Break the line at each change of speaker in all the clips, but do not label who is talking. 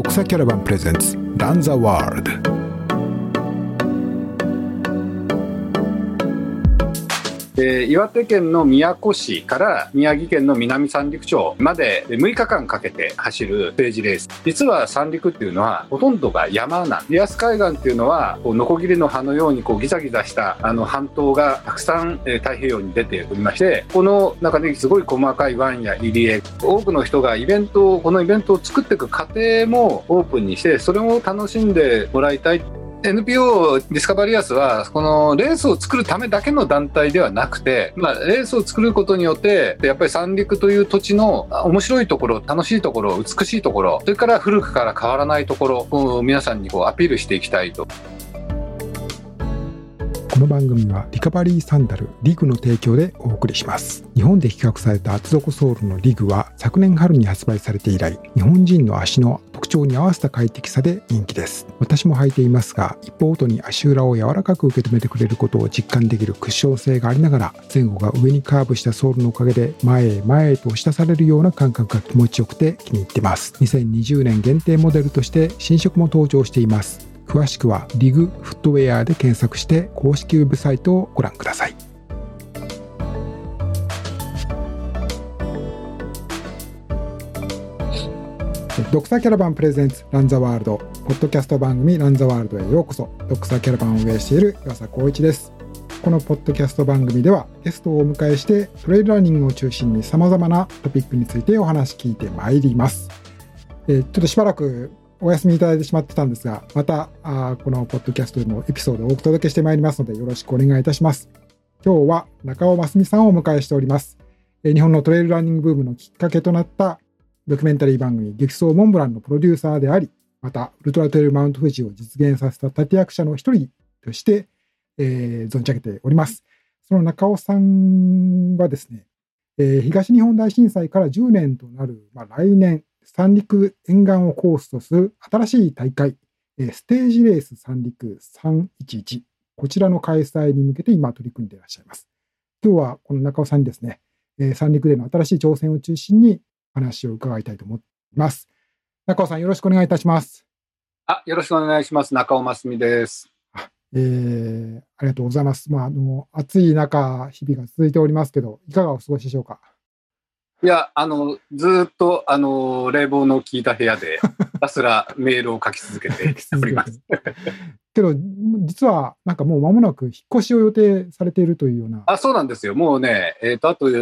草キャラバンプレゼンツランザワールド。
岩手県の宮古市から宮城県の南三陸町まで6日間かけて走るステージレース。実は三陸っていうのはほとんどが山なんで、リアス海岸っていうのはノコギリの葉のようにギザギザした半島がたくさん太平洋に出ておりまして、この中ですごい細かい湾や入り江、多くの人がこのイベントを作っていく過程もオープンにして、それを楽しんでもらいたい。NPO ディスカバリアスはこのレースを作るためだけの団体ではなくて、レースを作ることによってやっぱり三陸という土地の面白いところ、楽しいところ、美しいところ、それから古くから変わらないところを皆さんにアピールしていきたいと。
この番組はリカバリーサンダルリグの提供でお送りします。日本で企画された厚底ソールのリグは昨年春に発売されて以来、日本人の足の特徴に合わせた快適さで人気です。私も履いていますが、一歩ごとに足裏を柔らかく受け止めてくれることを実感できるクッション性がありながら、前後が上にカーブしたソールのおかげで前へ前へと押し出されるような感覚が気持ちよくて気に入ってます。2020年限定モデルとして新色も登場しています。詳しくはリグフットウェアで検索して公式ウェブサイトをご覧ください。ドクサキャラバンプレゼンツランザワールド、ポッドキャスト番組ランザワールドへようこそ。ドクサキャラバンを運営している岩佐光一です。このポッドキャスト番組ではゲストをお迎えしてトレイルランニングを中心に様々なトピックについてお話聞いてまいります。ちょっとしばらくお休みいただいてしまってたんですが、またこのポッドキャストのエピソードをお届けしてまいりますのでよろしくお願いいたします。今日は中尾真澄さんをお迎えしております。日本のトレイルランニングブームのきっかけとなったドキュメンタリー番組激走モンブランのプロデューサーであり、またウルトラトレイルマウント富士を実現させた立役者の一人として、存じ上げております。その中尾さんはですね、東日本大震災から10年となる、来年三陸沿岸をコースとする新しい大会、ステージレース三陸311、こちらの開催に向けて今取り組んでいらっしゃいます。今日はこの中尾さんにですね、三陸での新しい挑戦を中心に話を伺いたいと思います。中尾さん、よろしくお願いいたします。
よろしくお願いします。中尾真澄です。
ありがとうございます。暑い中、日々が続いておりますけど、いかがお過ごしでしょうか。
いや、ずっと、冷房の効いた部屋で、ひたすらメールを書き続けております。
けど、実は、もう間もなく引っ越しを予定されているというような。
そうなんですよ。もうね、あと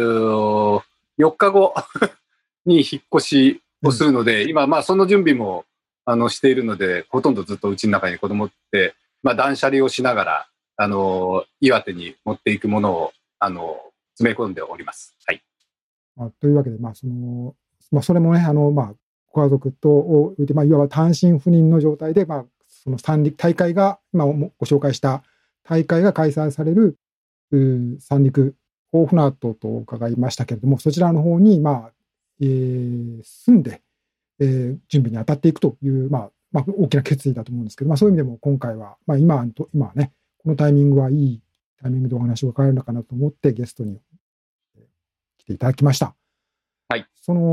4日後に引っ越しをするので、今、その準備も、しているので、ほとんどずっとうちの中に子供って、断捨離をしながら、岩手に持っていくものを、詰め込んでおります。はい。
というわけで、それもね、ご家族とを置いて、いわば単身赴任の状態で、その三陸大会が、今ご紹介した大会が開催される三陸大船渡と伺いましたけれども、そちらの方に、住んで、準備に当たっていくという、大きな決意だと思うんですけど、そういう意味でも今回は、今はね、このタイミングはいいタイミングでお話を伺えるのかなと思ってゲストに来ていただきました。
はい。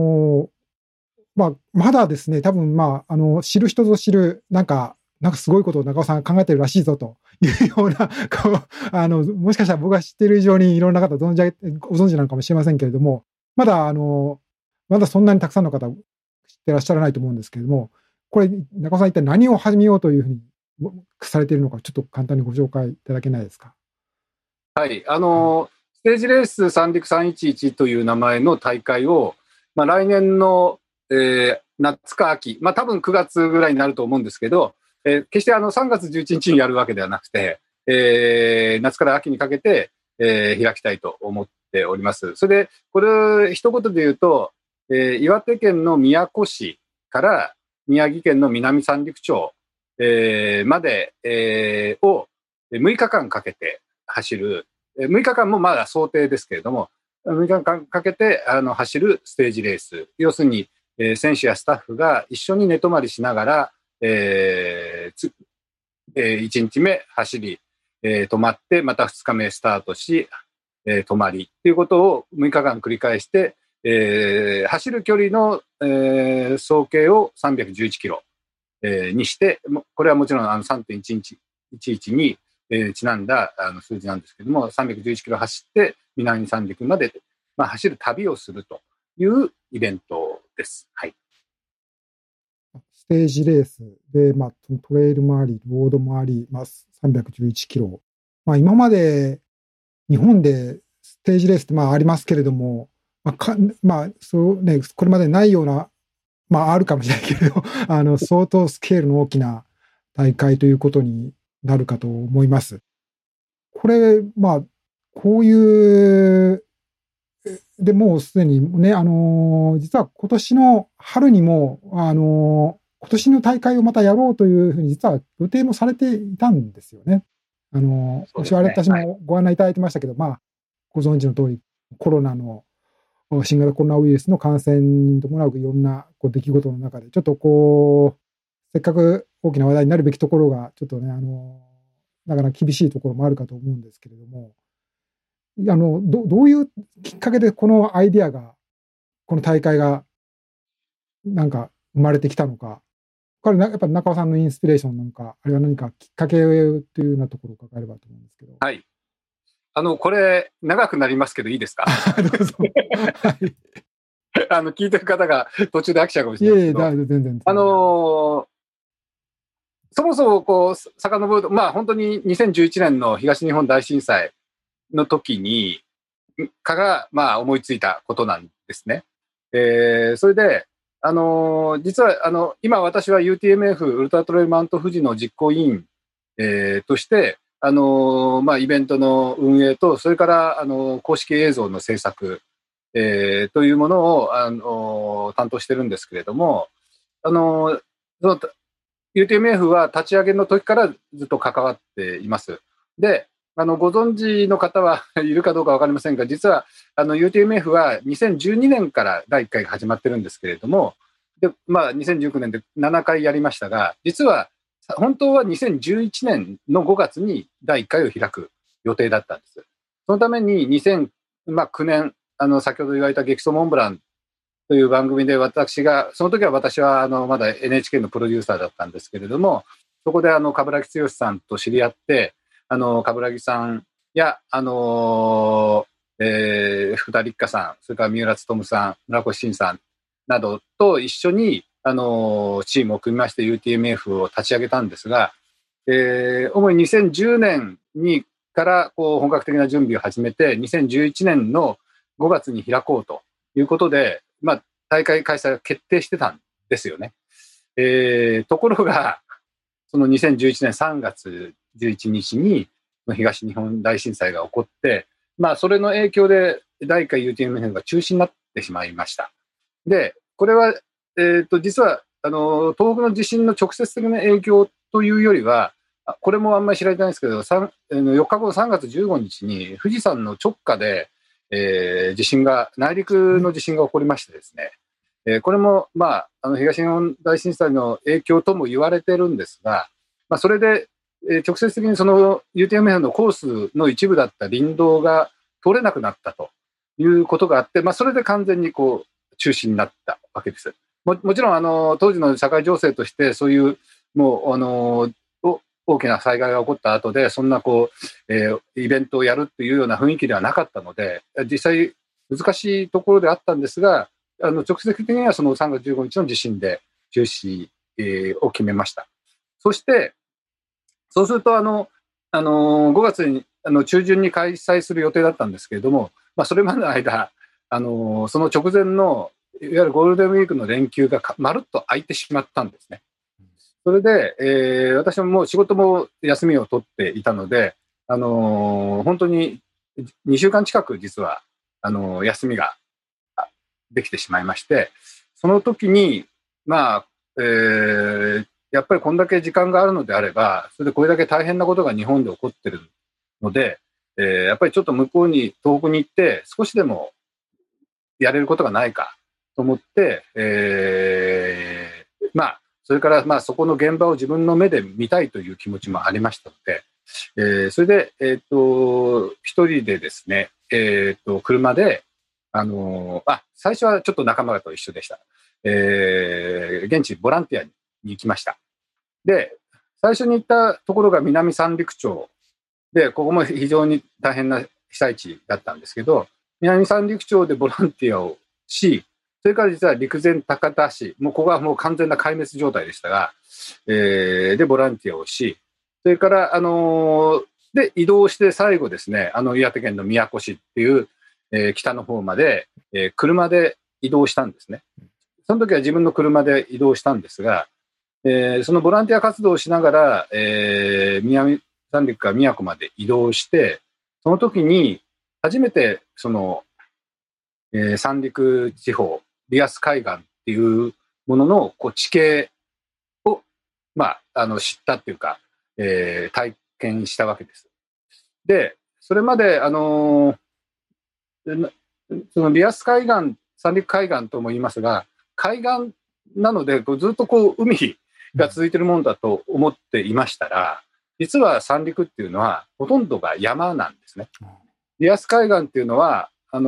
まだですね、多分知る人ぞ知る、なんかすごいことを中尾さんが考えてるらしいぞというような、もしかしたら僕が知っている以上にいろんな方ご存知なのかもしれませんけれども、まだそんなにたくさんの方知ってらっしゃらないと思うんですけれども、これ、中尾さん一体何を始めようというふうにされているのか、ちょっと簡単にご紹介いただけないですか。
はい。ステージレース三陸311という名前の大会を、来年の、夏か秋、多分9月ぐらいになると思うんですけど、決して3月11日にやるわけではなくて、夏から秋にかけて、開きたいと思っております。それで、これ一言で言うと、岩手県の宮古市から宮城県の南三陸町、まで、を6日間かけて走る、6日間もまだ想定ですけれども、6日間かけて走るステージレース。要するに、選手やスタッフが一緒に寝泊まりしながら、1日目走り、泊まって、また2日目スタートし、泊まりということを6日間繰り返して、走る距離の、総計を311キロ。 にして、これはもちろん3.11に、ちなんだ数字なんですけども、311キロ走って南三陸まで、走る旅をするというイベントです。はい。
ステージレースで、トレイルもあり、ロードもあり、311キロ。今まで日本でステージレースってありますけれども、そうね、これまでないような、あるかもしれないけれど、相当スケールの大きな大会ということになるかと思います。これ、こういう、でもうすでにね、実は今年の春にも、今年の大会をまたやろうというふうに実は予定もされていたんですよね。私もご案内いただいてましたけど、ご存知の通り、新型コロナウイルスの感染に伴ういろんな出来事の中で、ちょっとせっかく大きな話題になるべきところが、ちょっとね、なかなか厳しいところもあるかと思うんですけれども、どういうきっかけでこのアイディアが、この大会が、なんか生まれてきたのか、これやっぱり中尾さんのインスピレーションなのか、あるいは何かきっかけというようなところを伺えればと思うんですけど。
はい。これ、長くなりますけど、いいですか？
どうぞ。はい。
聞いてる方が途中で飽きちゃうかもしれないですけど。
全然。
そもそも遡ると、本当に2011年の東日本大震災の時に、が、思いついたことなんですね。それで、実は、今私は UTMF ウルトラトレイルマウント富士の実行委員、として、イベントの運営と、それから、公式映像の制作、というものを、担当してるんですけれども、UTMF は立ち上げの時からずっと関わっています。で、ご存知の方はいるかどうかわかりませんが、実はUTMF は2012年から第1回が始まってるんですけれども、で2019年で7回やりましたが、実は本当は2011年の5月に第1回を開く予定だったんです。そのために2009年、先ほど言われた激走モンブランという番組でその時は私はまだ NHK のプロデューサーだったんですけれども、そこで冠城剛さんと知り合って、冠城さんや、福田立花さん、それから三浦勉さん、村越慎さんなどと一緒に、チームを組みまして UTMF を立ち上げたんですが、主に2010年から本格的な準備を始めて、2011年の5月に開こうということで、大会開催が決定してたんですよね。ところが、その2011年3月11日に東日本大震災が起こって、それの影響で第1回 UTMF が中止になってしまいました。で、これは、実は東北の地震の直接的な影響というよりは、これもあんまり知られてないんですけど、4日後の3月15日に富士山の直下で、地震が、内陸の地震が起こりましてですね、これも、東日本大震災の影響とも言われてるんですが、それで、直接的にその UTMF のコースの一部だった林道が通れなくなったということがあって、それで完全に中止になったわけです。もちろん当時の社会情勢としてそういうもう大きな災害が起こった後でそんなイベントをやるっていうような雰囲気ではなかったので、実際難しいところであったんですが、直接的にはその3月15日の地震で中止、を決めました。そしてそうすると5月に中旬に開催する予定だったんですけれども、それまでの間その直前のいわゆるゴールデンウィークの連休がまるっと空いてしまったんですね。それで、私ももう仕事も休みを取っていたので、本当に2週間近く実は休みができてしまいまして、その時にやっぱりこんだけ時間があるのであれば、それでこれだけ大変なことが日本で起こっているので、やっぱりちょっと向こうに遠くに行って少しでもやれることがないかと思って、それからそこの現場を自分の目で見たいという気持ちもありましたので、それで、一人でですね、車で、最初はちょっと仲間と一緒でした。現地ボランティアに行きました。 で、最初に行ったところが南三陸町で、ここも非常に大変な被災地だったんですけど、南三陸町でボランティアをし、それから実は陸前高田市、もうここはもう完全な壊滅状態でしたが、で、ボランティアをし、それから、で、移動して最後ですね、岩手県の宮古市っていう、北の方まで、車で移動したんですね。その時は自分の車で移動したんですが、そのボランティア活動をしながら、南三陸から宮古まで移動して、その時に初めてその、三陸地方、リアス海岸っていうもののこう地形を、知ったっていうか、体験したわけです。で、それまで、そのリアス海岸、三陸海岸とも言いますが、海岸なのでずっとこう海が続いているものだと思っていましたら、実は三陸っていうのはほとんどが山なんですね。リアス海岸っていうのはこ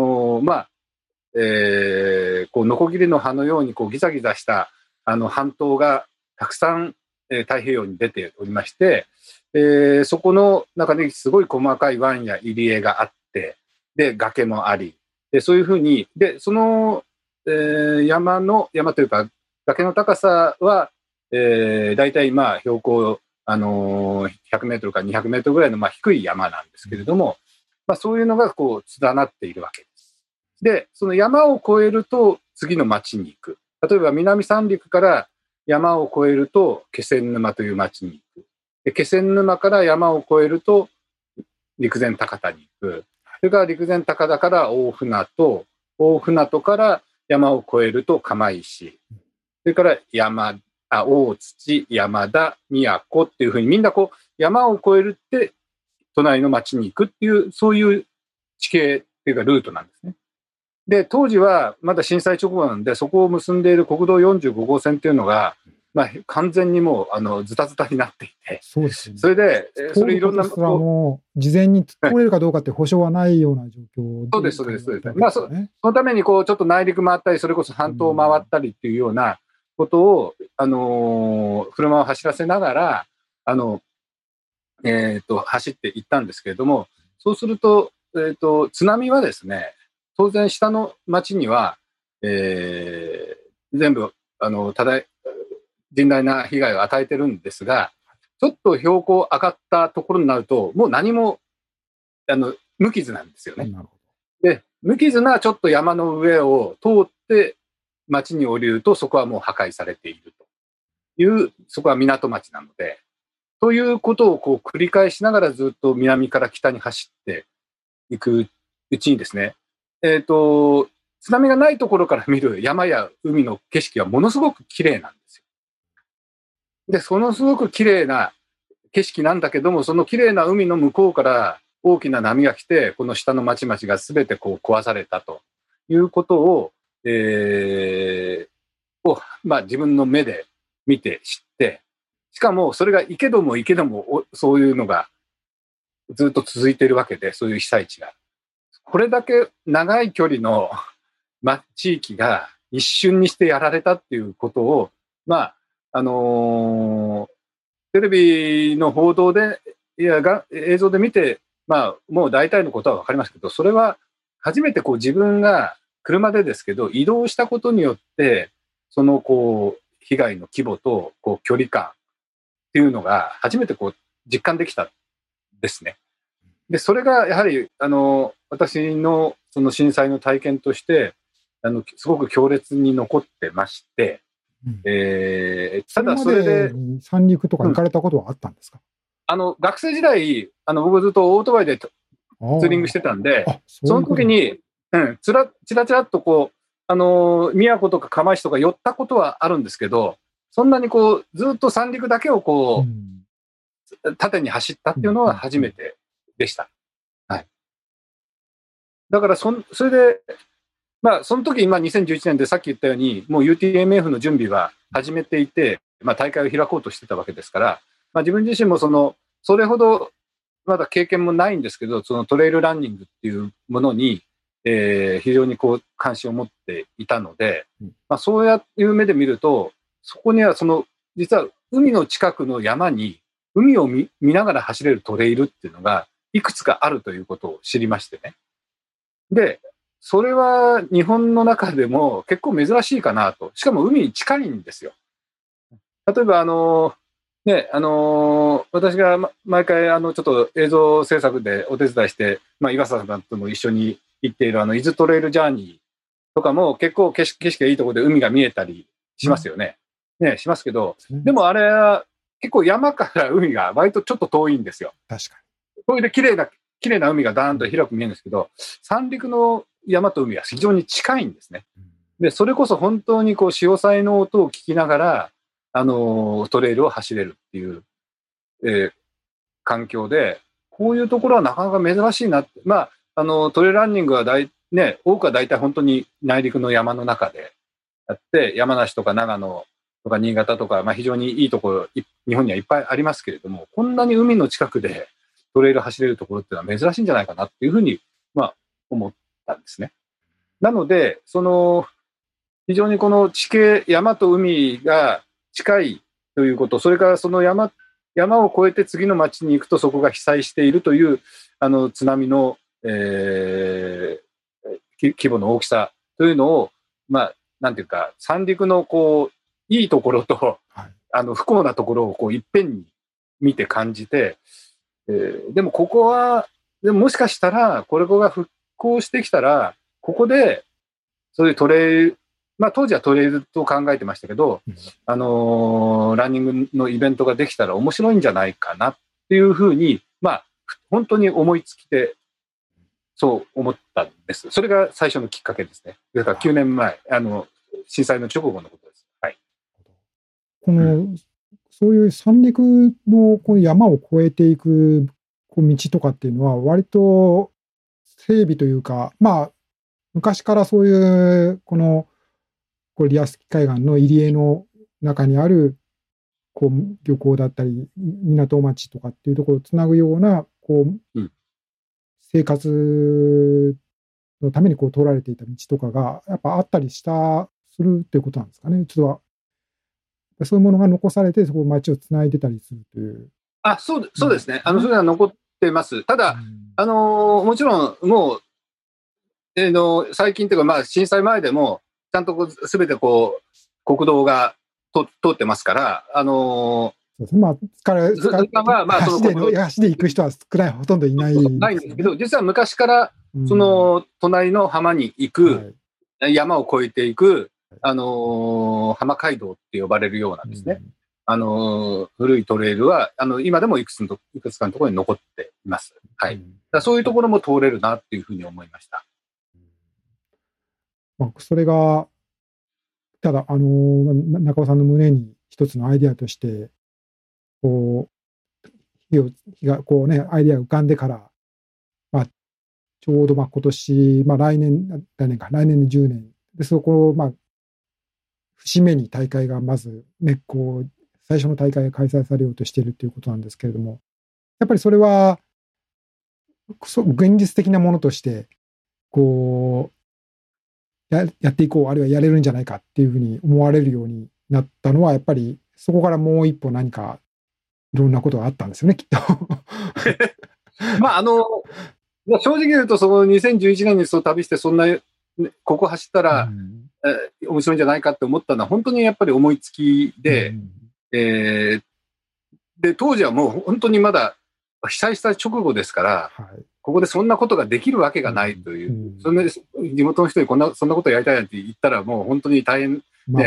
うノコギリの葉のようにこうギザギザした半島がたくさん、太平洋に出ておりまして、そこの中ですごい細かい湾や入り江があって、で崖もあり、でそういうふうにでその、山というか崖の高さは、大体標高、100メートルから200メートルぐらいの低い山なんですけれども、そういうのがこう連なっているわけです。で、その山を越えると次の町に行く。例えば南三陸から山を越えると気仙沼という町に行く。で気仙沼から山を越えると陸前高田に行く。それから陸前高田から大船渡、大船渡から山を越えると釜石。それから大槌、山田、宮古っていうふうにみんなこう山を越えるって隣の町に行くっていう、そういう地形っていうかルートなんですね。で、当時はまだ震災直後なので、そこを結んでいる国道45号線っていうのが、完全にもうズタズタになっていて、
そうですね。
それで、それいろんな
ことすらもう事前に通れるかどうかって保証はないような状況で、
そうです、そうです、そうです。そのためにこうちょっと内陸回ったり、それこそ半島を回ったりっていうようなことを、車を走らせながら、走っていったんですけれども、そうすると、津波はですね、当然下の町には、全部甚大な被害を与えてるんですが、ちょっと標高上がったところになると、もう何も無傷なんですよね。で、無傷なちょっと山の上を通って町に降りると、そこはもう破壊されているという、そこは港町なので、ということをこう繰り返しながらずっと南から北に走っていくうちにですね、津波がないところから見る山や海の景色はものすごく綺麗なんですよ。で、そのすごく綺麗な景色なんだけども、その綺麗な海の向こうから大きな波が来て、この下の町々が全てこう壊されたということを、自分の目で見て知って、しかもそれが行けどもそういうのがずっと続いているわけで、そういう被災地が。これだけ長い距離の、地域が一瞬にしてやられたっていうことを、テレビの報道で、映像で見て、もう大体のことは分かりますけど、それは初めてこう自分が車でですけど、移動したことによって、そのこう、被害の規模とこう距離感っていうのが初めてこう実感できたんですね。で、それがやはり、私のその震災の体験として、すごく強烈に残ってまして、
ただそれで三陸とか行かれたことはあったんですか？
学生時代、僕ずっとオートバイでツーリングしてたんで、その時に、ちらちらっとこう、宮古とか釜石とか寄ったことはあるんですけど、そんなにこう、ずっと三陸だけをこう、縦に走ったっていうのは初めてでした。はい。だからそれで、その時、2011年でさっき言ったように、もう UTMF の準備は始めていて、大会を開こうとしてたわけですから、自分自身もそれほどまだ経験もないんですけど、そのトレイルランニングっていうものに、非常にこう関心を持っていたので、そういう目で見ると、そこには実は海の近くの山に海を見ながら走れるトレイルっていうのがいくつかあるということを知りましてね。で、それは日本の中でも結構珍しいかなと。しかも海に近いんですよ。例えば私が毎回ちょっと映像制作でお手伝いして、岩佐さんとも一緒に行っている伊豆トレイルジャーニーとかも結構景色がいいところで海が見えたりしますよね。しますけど、でもあれは結構山から海が割とちょっと遠いんですよ。
確か
に。それで綺麗な海がダーンと広く見えるんですけど、三陸の山と海は非常に近いんですね。で、それこそ本当に潮騒の音を聞きながら、トレイルを走れるっていう、環境で、こういうところはなかなか珍しいなって。トレイルランニングは多くは大体本当に内陸の山の中でやって、山梨とか長野とか新潟とか、非常にいいところ、日本にはいっぱいありますけれども、こんなに海の近くでトレイル走れるところっていうのは珍しいんじゃないかなっていうふうに、思ったんですね。なので、非常にこの地形、山と海が近いということ、それからその山を越えて次の町に行くとそこが被災しているという津波の、規模の大きさというのを、なんていうか、三陸のいいところと、不幸なところをいっぺんに見て感じて、でもここは、もしかしたら、これが復興してきたら、ここで、そういうトレイル、当時はトレイルと考えてましたけど、ランニングのイベントができたら面白いんじゃないかなっていうふうに、本当に思いつきで、そう思ったんです。それが最初のきっかけですね。だから9年前、震災の直後のことです。はい。
そういう三陸のこの山を越えていく道とかっていうのは、割と整備というか、昔からそういうリアス式海岸の入り江の中にある漁港だったり港町とかっていうところをつなぐような生活のために通られていた道とかがやっぱあったりするっていうことなんですかね。実はそういうものが残されてそこ町をつないでたりするという。
そうですね。それは残ってます。ただ、もちろんもう最近というか、震災前でも、ちゃんとすべて国道が通ってますから、
そうですね。足で行く人はほとんどいない、
ないんですけど、実は昔から、隣の浜に行く、山を越えていく、浜街道って呼ばれるようなですね、古いトレイルは、今でもいくつかのところに残っています。はい。そういうところも通れるなっていうふうに思いました。
それが、ただ、中尾さんの胸に一つのアイデアとして、火がアイデアが浮かんでから、ちょうど今年、来年の10年で、そこを、節目に大会がまず最初の大会が開催されようとしているということなんですけれども、やっぱりそれは、現実的なものとして、やっていこう、あるいはやれるんじゃないかっていうふうに思われるようになったのは、やっぱりそこからもう一歩何かいろんなことがあったんですよね、きっと。
正直言うと、その2011年に旅して、そんな、ここ走ったら、面白いんじゃないかって思ったのは、本当にやっぱり思いつきで、で、当時はもう本当にまだ被災した直後ですから、ここでそんなことができるわけがないという、そんな地元の人にそんなことやりたいなんて言ったら、もう本当に大変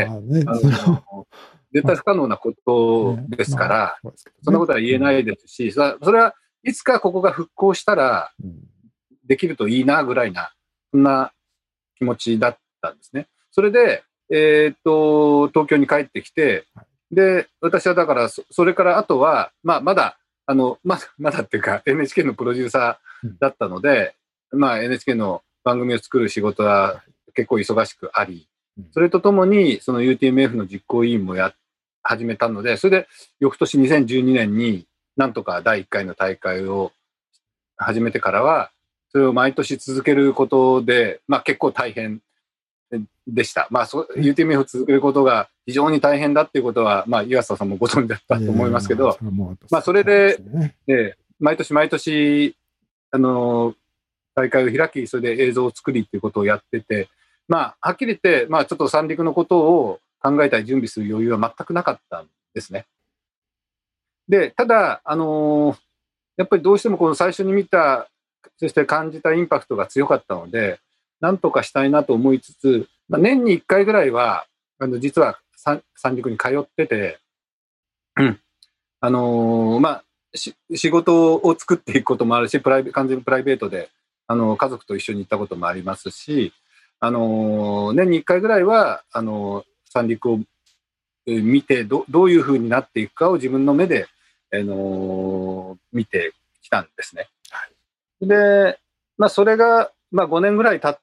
絶対不可能なことですから、そんなことは言えないですし、それはいつかここが復興したらできるといいなぐらいな、そんな気持ちだったんですね。それで、東京に帰ってきて、で、私はだから、それからあとは、まだっていうか NHK のプロデューサーだったので、NHK の番組を作る仕事は結構忙しくあり、それとともにその UTMF の実行委員も始めたので、それで翌年2012年になんとか第1回の大会を始めてからは、それを毎年続けることで、結構大変でした。UTMF を続けることが非常に大変だっていうことは、岩佐さんもご存知だったと思いますけど、それで、毎年毎年、大会を開き、それで映像を作りっていうことをやってて、はっきり言って、ちょっと三陸のことを考えたり準備する余裕は全くなかったんですね。で、ただ、やっぱりどうしてもこの最初に見た、そして感じたインパクトが強かったので、なんとかしたいなと思いつつ、年に1回ぐらいは、実は三陸に通ってて、仕事を作っていくこともあるし、完全にプライベートで、家族と一緒に行ったこともありますし、年に1回ぐらいは、三陸を見てどういうふうになっていくかを自分の目で、見てきたんですね。はい、で、それが、5年ぐらい経って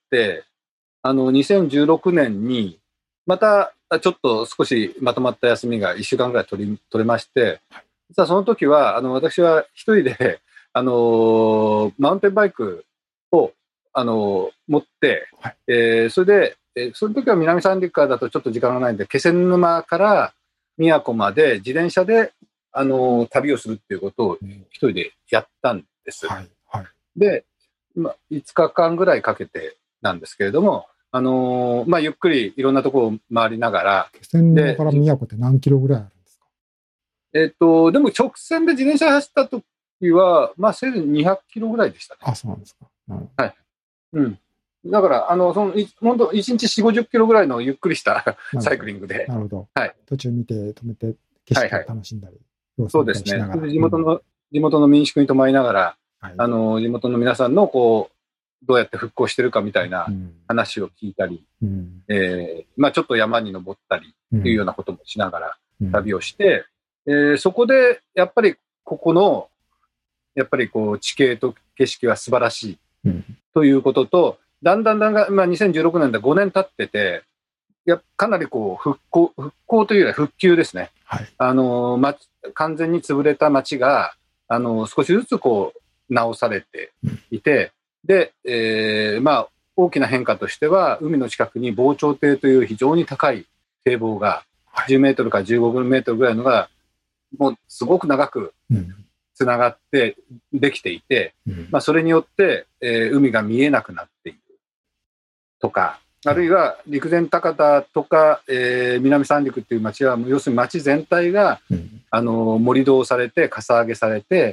、2016年に、またちょっと少しまとまった休みが1週間ぐらい取れまして、実はその時は、私は一人で、マウンテンバイクを、持って、それで、その時は南三陸からだとちょっと時間がないんで、気仙沼から宮古まで自転車で、旅をするっていうことを一人でやったんです。で、5日間ぐらいかけてなんですけれども、ゆっくりいろんなところを回りながら。
気仙沼から宮古って何キロぐらいあるんですか？
でも直線で自転車走った時は、せいぜい200キロぐらいでしたね。
あ、そうなんですか。
はい。だから、本当1日4、50キロぐらいのゆっくりしたサイクリングで。
なるほど。
はい。
途中見て、止めて、景色を楽しんだり。
そうですね。地元の民宿に泊まりながら、地元の皆さんのどうやって復興してるかみたいな話を聞いたり、ちょっと山に登ったりっていうようなこともしながら旅をして、そこでやっぱりここのやっぱり地形と景色は素晴らしいということと、だんだん2016年で5年経ってて、かなり復興というよりは復旧ですね。完全に潰れた町が少しずつ直されていて、で、大きな変化としては、海の近くに防潮堤という非常に高い堤防が、10メートルから15メートルぐらいのが、もうすごく長くつながってできていて、それによって、海が見えなくなっているとか、あるいは陸前高田とか、南三陸っていう町は、要するに町全体が、盛り土をされて、かさ上げされて、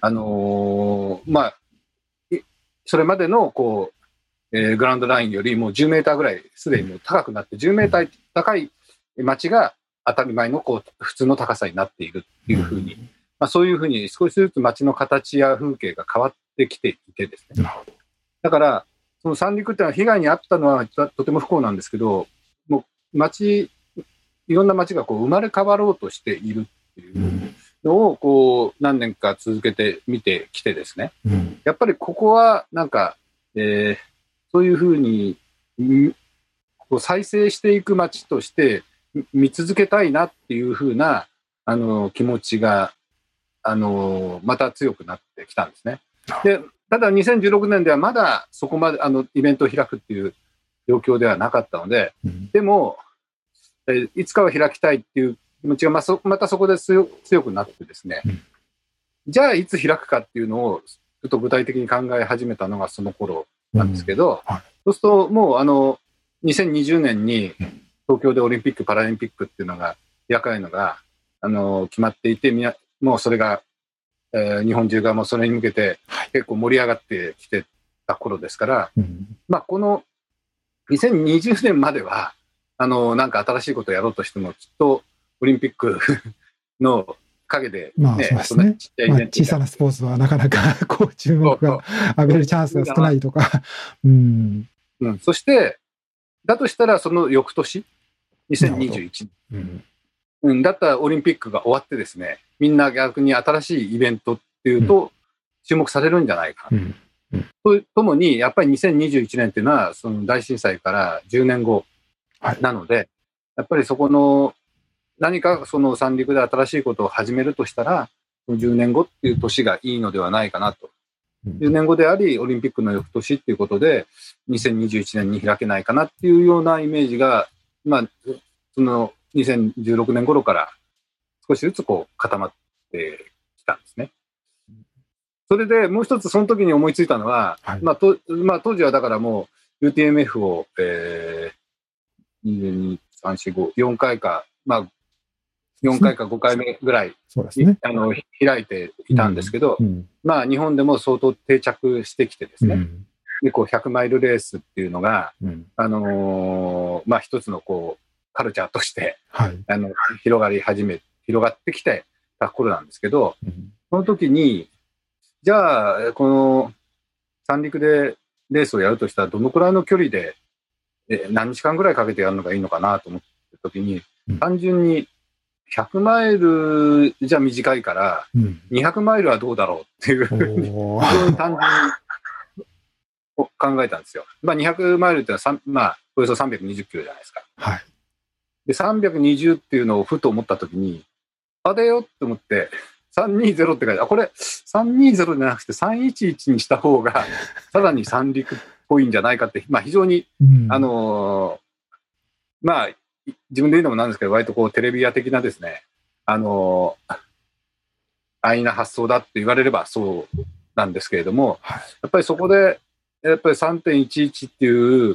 それまでのグラウンドラインよりも10メーターぐらいすでにもう高くなって、10メーター高い町が当たり前の普通の高さになっているっていうふうに、そういうふうに少しずつ町の形や風景が変わってきていてですね。だから、その三陸っていうのは被害に遭ったのはとても不幸なんですけど、もういろんな町が生まれ変わろうとしているっていうのを何年か続けて見てきてですね、やっぱりここはなんか、そういうふうに再生していく町として見続けたいなっていうふうな気持ちがまた強くなってきたんですね。で、ただ2016年ではまだそこまでイベントを開くっていう状況ではなかったので、でも、いつかは開きたいっていう気持ちがまたそこで強くなってですね、じゃあいつ開くかっていうのをちょっと具体的に考え始めたのがその頃なんですけど、そうするともう2020年に東京でオリンピック・パラリンピックっていうのが開かれるのが決まっていて、もうそれが日本中がもうそれに向けて結構盛り上がってきてた頃ですから、この2020年まではなんか新しいことをやろうとしてもきっとオリンピックの陰で、
そんなちっちゃいイベント小さなスポーツはなかなか注目が浴びれるチャンスが少ないとか、
そしてだとしたらその翌年2021年、だったらオリンピックが終わってですね、みんな逆に新しいイベントっていうと注目されるんじゃないかともに、やっぱり2021年っていうのはその大震災から10年後なので、やっぱりそこの何かその三陸で新しいことを始めるとしたら、10年後っていう年がいいのではないかなと 10年後であり、オリンピックの翌年っていうことで、2021年に開けないかなっていうようなイメージが、まあ、その2016年頃から少しずつこう固まってきたんですね。それでもう一つその時に思いついたのは、はい、当時はだからもう UTMF を、2、3、4、5、4回か、4回か5回目ぐらい、
そうですね、
開いていたんですけど、日本でも相当定着してきてですね、でこう100マイルレースっていうのが、一つのこうカルチャーとして、はい、広がってきてた頃なんですけど、その時にじゃあこの三陸でレースをやるとしたらどのくらいの距離で何日間ぐらいかけてやるのがいいのかなと思った時に、単純に100マイルじゃ短いから、200マイルはどうだろうっていう、非常に単純に考えたんですよ。200マイルってのはおよそ320キロじゃないですか。
はい、
で320っていうのをふと思ったときに、あれよって思って、320って書いてこれ320じゃなくて311にした方が、さらに三陸っぽいんじゃないかって、非常に、自分で言うのもなんですけど、割とこうテレビア的なですね、安易な発想だって言われればそうなんですけれども、はい、やっぱりそこで、やっぱり 3.11 っていう、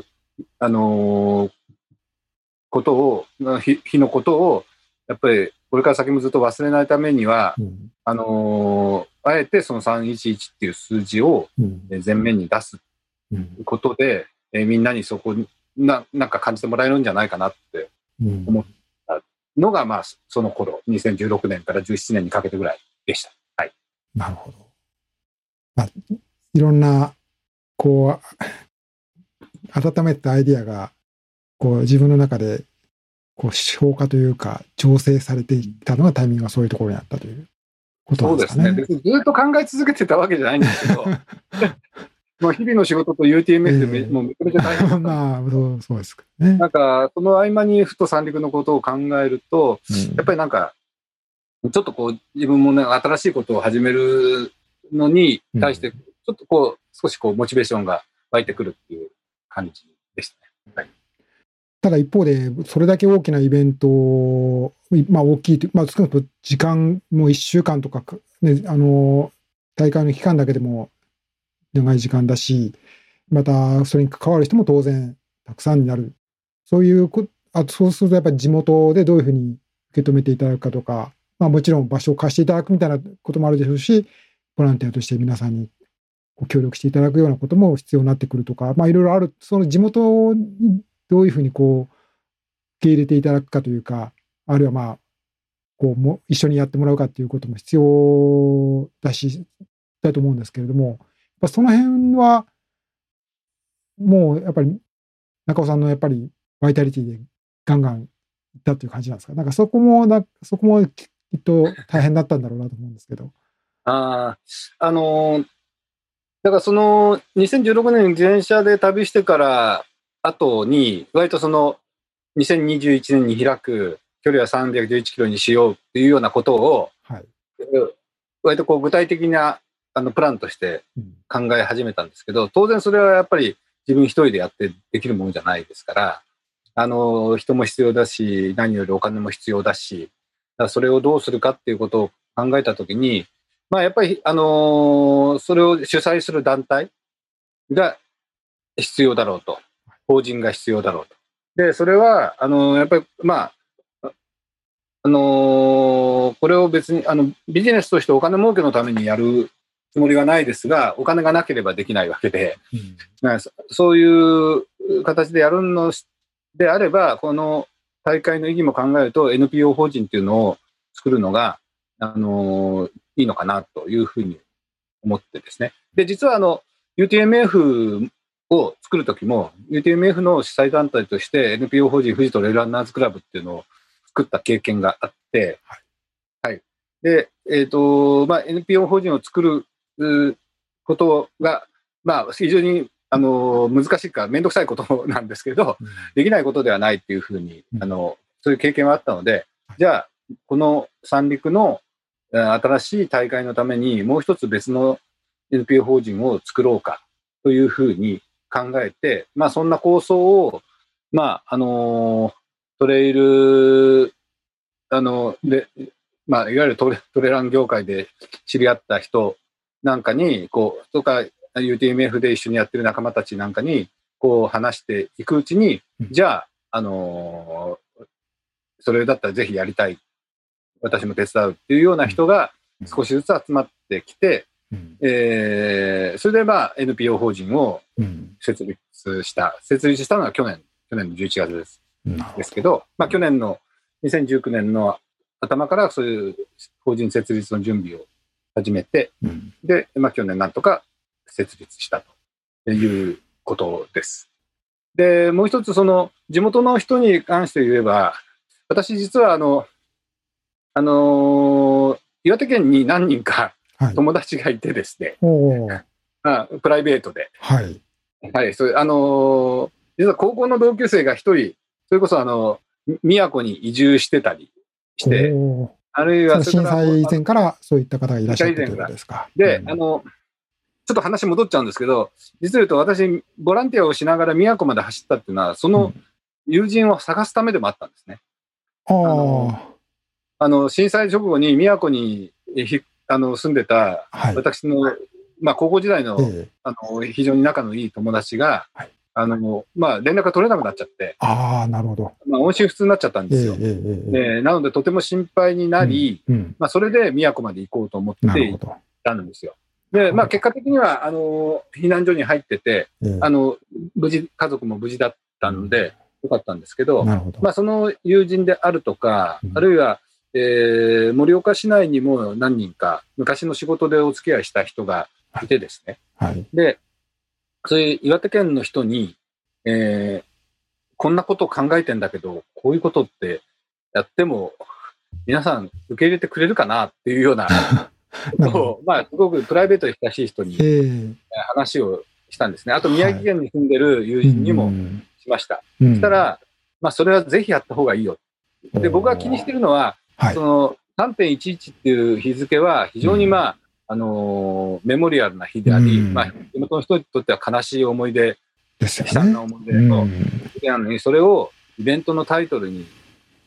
ことを、日のことを、やっぱりこれから先もずっと忘れないためには、あえてその311っていう数字を前面に出すことで、みんなにそこになんか感じてもらえるんじゃないかなって思ったのが、その頃、2016年から17年にかけてぐらいでした。はい。
なるほど。いろんな、こう、温めたアイディアが、こう、自分の中で、こう、消化というか、調整されていったのがタイミングがそういうところにあったということなんですかね。
そうですね。ずっと考え続けてたわけじゃないんですけど、もう日々の仕事と UTMF でもうめちゃめちゃ大変だった
そうですかね。
なんか、その合間にふと三陸のことを考えると、やっぱりなんか、ちょっとこう、自分もね、新しいことを始めるのに対して、ちょっとこう、少しこう、モチベーションが湧いてくるっていう感じでしたね。はい、
ただ一方で、それだけ大きなイベント、大きい、少なくとも時間も1週間とか、ね、大会の期間だけでも長い時間だし、またそれに関わる人も当然たくさんになる。そうするとやっぱり地元でどういうふうに受け止めていただくかとか、もちろん場所を貸していただくみたいなこともあるでしょうし、ボランティアとして皆さんに協力していただくようなことも必要になってくるとか、いろいろある、その地元にどういうふうにこう、受け入れていただくかというか、あるいは一緒にやってもらうかということも必要だと思うんですけれども、その辺は、もうやっぱり中尾さんのやっぱりバイタリティでガンガンいったっていう感じなんですか。なんかそこもきっと大変だったんだろうなと思うんですけど。
だからその2016年に自転車で旅してから後に、割とその2021年に開く距離は311キロにしようっていうようなことを、はい、割とこう具体的なプランとして考え始めたんですけど、当然それはやっぱり自分一人でやってできるものじゃないですから、人も必要だし、何よりお金も必要だし、それをどうするかっていうことを考えたときに、やっぱり、それを主催する団体が必要だろうと。法人が必要だろうと。で、それは、やっぱり、これを別に、ビジネスとしてお金儲けのためにやるつもりはないですが、お金がなければできないわけで、そういう形でやるのであれば、この大会の意義も考えると NPO 法人っていうのを作るのが、いいのかなというふうに思ってですね。で、実はUTMF を作るときも、UTMF の主催団体として NPO 法人富士とレールランナーズクラブっていうのを作った経験があって、はい。で、NPO 法人を作ることが、非常に難しいか、めんどくさいことなんですけど、できないことではないっていうふうに、そういう経験はあったので、じゃあ、この三陸の新しい大会のためにもう一つ別の NPO 法人を作ろうかというふうに考えて、そんな構想を、トレイル、で、いわゆるトレラン業界で知り合った人なんかに、とか、UTMF で一緒にやってる仲間たちなんかに、話していくうちに、じゃあ、それだったらぜひやりたい。私も手伝うっていうような人が少しずつ集まってきて、それでNPO 法人を設立したのは去年の11月ですけど、去年の2019年の頭からそういう法人設立の準備を始めて、で、去年なんとか設立したということです。で、もう一つ地元の人に関して言えば、私実は岩手県に何人か友達がいてですね、プライベートで。はい。実は高校の同級生が一人、それこそ宮古に移住してたりして、あるいは
震災以前からそういった方がいらっしゃったということですか。
で、ちょっと話戻っちゃうんですけど、実を言うと私、ボランティアをしながら宮古まで走ったっていうのは、その友人を探すためでもあったんですね。震災直後に宮古に住んでた私の、高校時代の、非常に仲のいい友達が、連絡が取れなくなっちゃって、
なるほど。
音信不通になっちゃったんですよ。なので、とても心配になり、それで宮古まで行こうと思って行ったんですよ。で、結果的には、避難所に入ってて、家族も無事だったので、よかったんですけど、その友人であるとか、あるいは、盛岡市内にも何人か昔の仕事でお付き合いした人がいてですね、で、そういう岩手県の人に、こんなことを考えてんだけど、こういうことってやっても皆さん受け入れてくれるかなっていうようなことを、すごくプライベートで親しい人に話をしたんですね。あと宮城県に住んでる友人にもしました。そしたら、それはぜひやった方がいいよ。で、僕が気にしてるのは、その 3.11 っていう日付は非常にメモリアルな日であり、地元の人にとっては悲しい思い出、悲惨な思い出の日なのに、それをイベントのタイトルに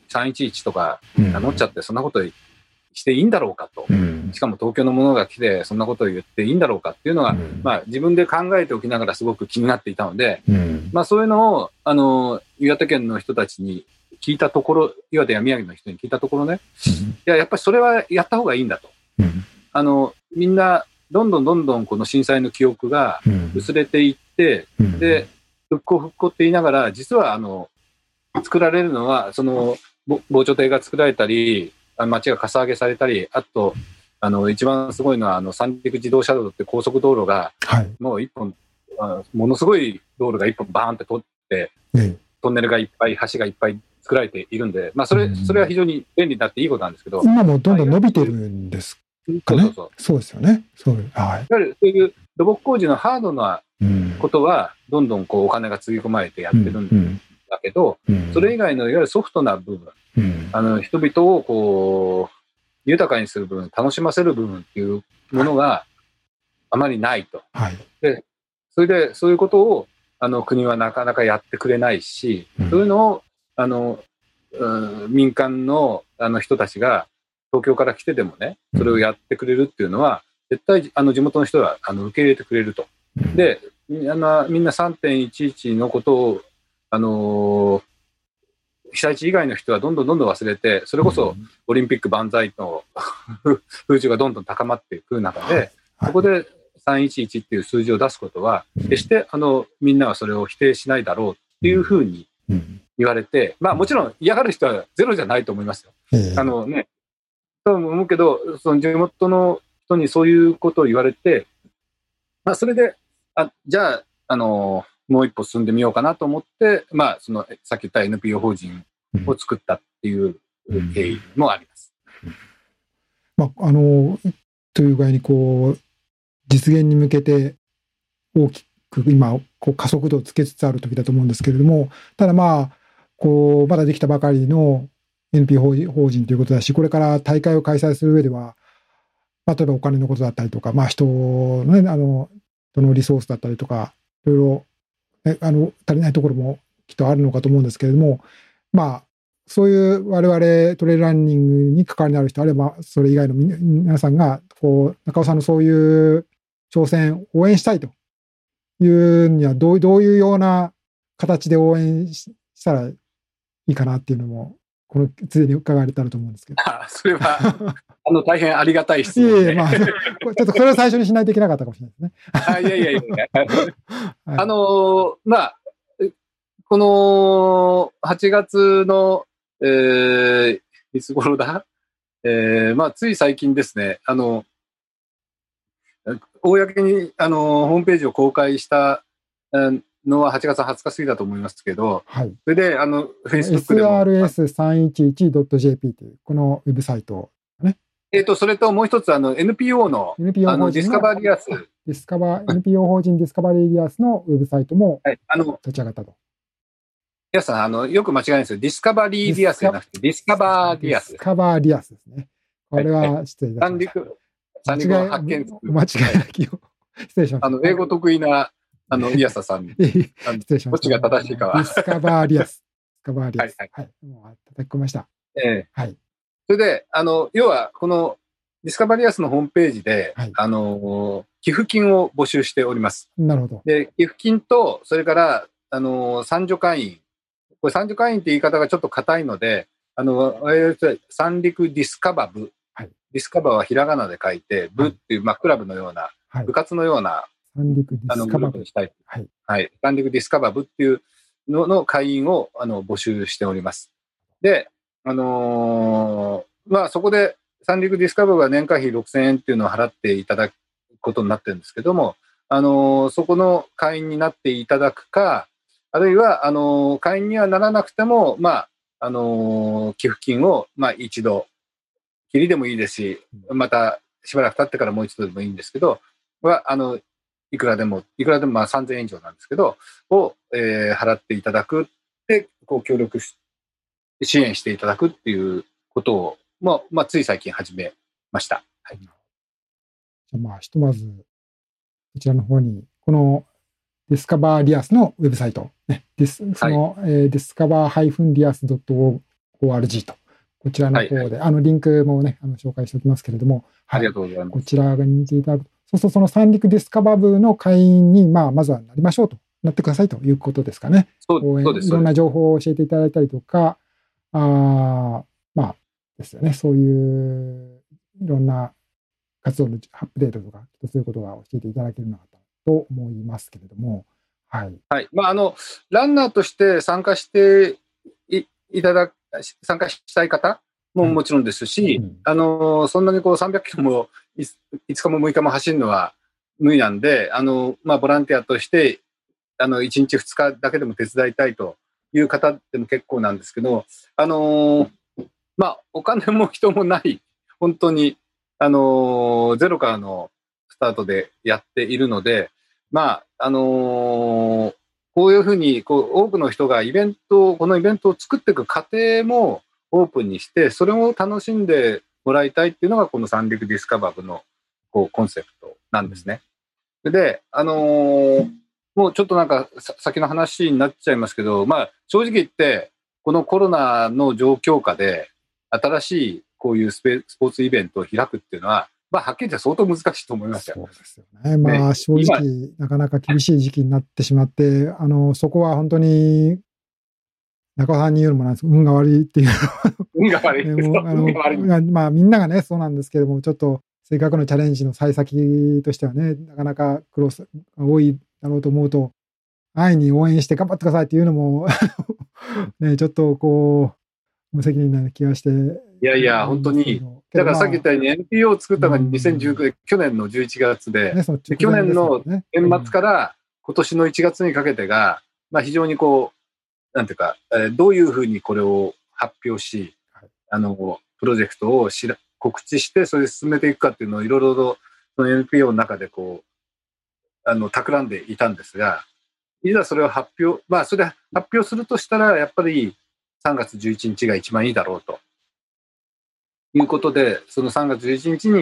311とか名乗っちゃって、そんなことしていいんだろうかと。しかも東京の者が来て、そんなことを言っていいんだろうかっていうのが、自分で考えておきながらすごく気になっていたので、そういうのを、岩手県の人たちに聞いたところ、岩手や宮城の人に聞いたところね、やっぱりそれはやった方がいいんだと。みんな、どんどんこの震災の記憶が薄れていって、で、復興って言いながら、実は作られるのは、防潮堤が作られたり、街がかさ上げされたり、あと、一番すごいのは、三陸自動車道って高速道路が、もう一本、ものすごい道路が一本バーンって通って、トンネルがいっぱい、橋がいっぱい作られているんで、それは非常に便利になっていいことなんですけど。
今もどんどん伸びてるんですかね。そうですよね。い
わゆるそういう土木工事のハードなことは、どんどんお金がつぎ込まれてやってるんだけど、それ以外のいわゆるソフトな部分、人々を豊かにする部分、楽しませる部分っていうものがあまりないと。で、それでそういうことを国はなかなかやってくれないし、そういうのを民間の人たちが東京から来てでもね、それをやってくれるっていうのは、絶対地元の人は受け入れてくれると。で、みんな 3.11 のことを被災地以外の人はどんどん忘れて、それこそオリンピック万歳の風潮がどんどん高まってくる中で、そこで311っていう数字を出すことは、決してみんなはそれを否定しないだろうっていうふうに言われて、もちろん嫌がる人はゼロじゃないと思いますよ。と思うけど、その地元の人にそういうことを言われて、それで、じゃあ、もう一歩進んでみようかなと思って、さっき言った NPO 法人を作ったっていう経緯もあります。
という具合に実現に向けて大きく今加速度をつけつつある時だと思うんですけれども、ただまだできたばかりの NPO 法人ということだし、これから大会を開催する上では、 例えばお金のことだったりとか、人のね、人のリソースだったりとか、いろいろ、ね、足りないところもきっとあるのかと思うんですけれども、そういう我々トレイルランニングに関わりのある人、あるいはそれ以外の皆さんが、中尾さんのそういう挑戦を応援したいというには、どういうような形で応援したらいいかなっていうのも、ついに伺われたらと思うんですけど。
それは、大変ありがたい質問で。
ちょっとそれを最初にしないといけなかったかもしれないですね。
いや。この8月の、いつ頃だ、つい最近ですね、公にホームページを公開したのは8月20日過ぎだと思いますけど、
はい、
それで、Facebook でも。
srs311.jp という、このウェブサイト、ね。
それともう一つ、NPO の、ディスカバリアス。
NPO 法人ディスカバリアスのウェブサイトも立ち上がったと。
皆さん、よく間違いないですよ。ディスカバリーディアスじゃなくて、ディスカバーディアス。
ディスカバーディアスですね。これは失礼いたしました。
三陸発見
間違いなきを。失礼しました。
英語得意な、イヤサさんに。
失礼しました。
どっちが正しいかは。
ディスカバーディアス。はい。もう叩き込みました。
はい。それで、要は、この、ディスカバリアスのホームページで、寄付金を募集しております。
なるほど。
で、寄付金と、それから、賛助会員。これ、賛助会員って言い方がちょっと硬いので、三陸ディスカバ部。ディスカバはひらがなで書いて、部っていう、クラブのような、部活のような、
三陸ディスカバ部
にしたい。三陸ディスカバ部っていうの会員を募集しております。で、そこで三陸ディスカバ部は年会費6000円っていうのを払っていただくことになってるんですけども、そこの会員になっていただくか、あるいは、会員にはならなくても、寄付金を、一度、きりでもいいですし、またしばらく経ってからもう一度でもいいんですけど、いくらでも3000円以上なんですけど、を、払っていただく。で、協力支援していただくっていうことを、つい最近始めました。はい。
じゃひとまず、こちらの方に、このディスカバーリアスのウェブサイト、ね、ディスカバー -lias.org と、こちらの方で、リンクもね、紹介しておきますけれども、
ありがとうございます。
こちらが見ていただくと、その三陸ディスカバー部の会員に、まずはなりましょうと、なってくださいということですかね。
そうです。
いろんな情報を教えていただいたりとか、ですよね、そういういろんな活動のアップデートとか、そういうことが教えていただけるのかと思いますけれども、はい。
はい。ランナーとして参加して参加したい方ももちろんですし、そんなに300キロも5日も6日も走るのは無理なんで、ボランティアとして、1日2日だけでも手伝いたいという方でも結構なんですけど、お金も人もない、本当に、ゼロからのスタートでやっているので、こういうふうに多くの人がこのイベントを作っていく過程もオープンにして、それを楽しんでもらいたいっていうのが、この三陸ディスカバー部のコンセプトなんですね。で、もうちょっと先の話になっちゃいますけど、正直言って、このコロナの状況下で、新しいこういうスポーツイベントを開くっていうのは、はっきり言って相当難しいと思いますよ。
そうですよね。正直、なかなか厳しい時期になってしまって、そこは本当に、中尾さんに言うのもなんですけど、運が悪いっていう。
運が悪い。
みんながね、そうなんですけども、ちょっと、せっかくのチャレンジの幸先としてはね、なかなか苦労が多いだろうと思うと、安易に応援して頑張ってくださいっていうのも、ね、ちょっと無責任な気がして。
いや、本当に。だからさっき言ったように NPO を作ったのが2019年、去年の11月で、去年の年末から今年の1月にかけてが、非常になんていうか、どういうふうにこれを発表し、プロジェクトを告知して、それで進めていくかっていうのをいろいろとその NPO の中で企んでいたんですが、いざそれを発表、それで発表するとしたら、やっぱり3月11日が一番いいだろうということで、その3月11日に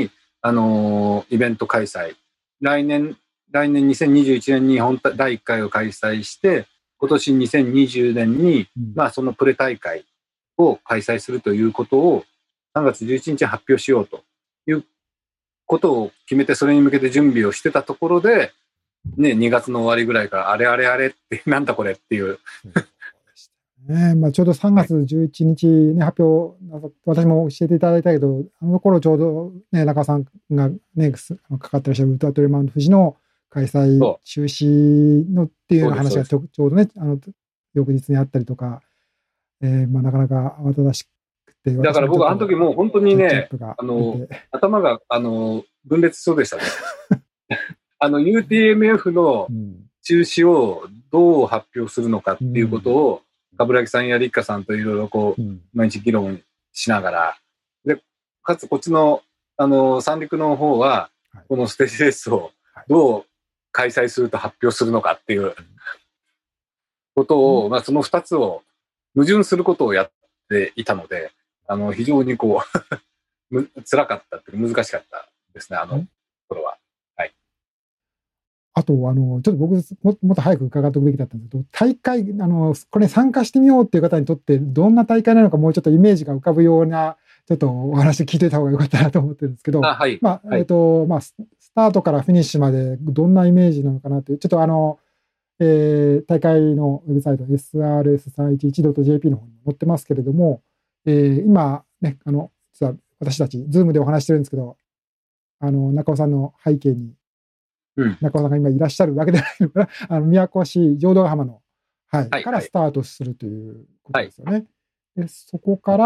イベント開催。来年2021年に第1回を開催して、今年2020年に、そのプレ大会を開催するということを3月11日に発表しようということを決めて、それに向けて準備をしてたところで、ね、2月の終わりぐらいからあれってなんだこれっていう。
ちょうど3月11日、ね、発表、私も教えていただいたけど、あの頃ちょうど、ね、中尾さんが、ね、かかってらっしゃるウルトラトレマウント富士の開催中止のっていうような話がちょうどね、翌日にあったりとか、なかなか慌ただしくて。
だから僕、あの時もう本当にね、頭が分裂しそうでしたね。UTMF の中止をどう発表するのかっていうことを、冠城さんや立花さんといろいろ毎日議論しながら、で、かつこっちの、三陸の方は、このステージレースをどう開催すると発表するのかっていうことを、その二つを矛盾することをやっていたので、非常に辛かったっていうか難しかったですね、頃は。
あと、ちょっと僕、もっと早く伺っておくべきだったんですけど、大会、これ参加してみようっていう方にとって、どんな大会なのか、もうちょっとイメージが浮かぶような、ちょっとお話聞いておいた方がよかったなと思ってるんですけど、スタートからフィニッシュまで、どんなイメージなのかなって、ちょっと大会のウェブサイト、srs311.jp の方に載ってますけれども、今、ね、実は私たち、ズームでお話してるんですけど、中尾さんの背景に、中尾さんが今いらっしゃるわけではないのかな、宮古市浄土ヶ浜の、からスタートするということですよね。でそこから、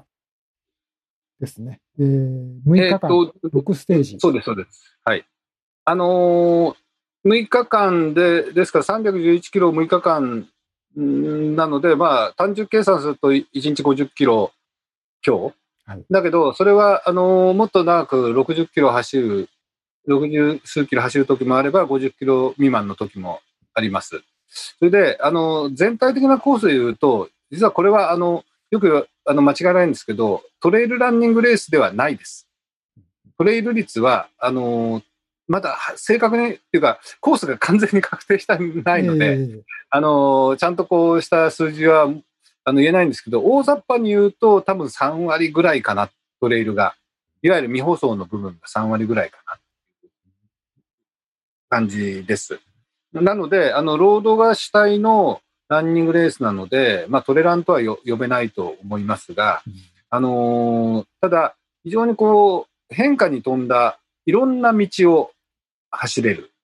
ですね、6日間、6ステージ。
そうです、そうです。はい。6日間ですから311キロ6日間なので、単純計算すると1日50キロ強。だけど、それは、もっと長く60キロ走る、60数キロ走る時もあれば、50キロ未満の時もあります。それで、全体的なコースで言うと、実はこれは、よく間違いないんですけど、トレイルランニングレースではないです。トレイル率は、まだ正確にっていうか、コースが完全に確定してないので、ちゃんとこうした数字は言えないんですけど、大雑把に言うと多分3割ぐらいかな、トレイルが。いわゆる未舗装の部分が3割ぐらいかな。感じです。なので、ロードが主体のランニングレースなので、トレランとは呼べないと思いますが、ただ、非常に変化に富んだいろんな道を走れる、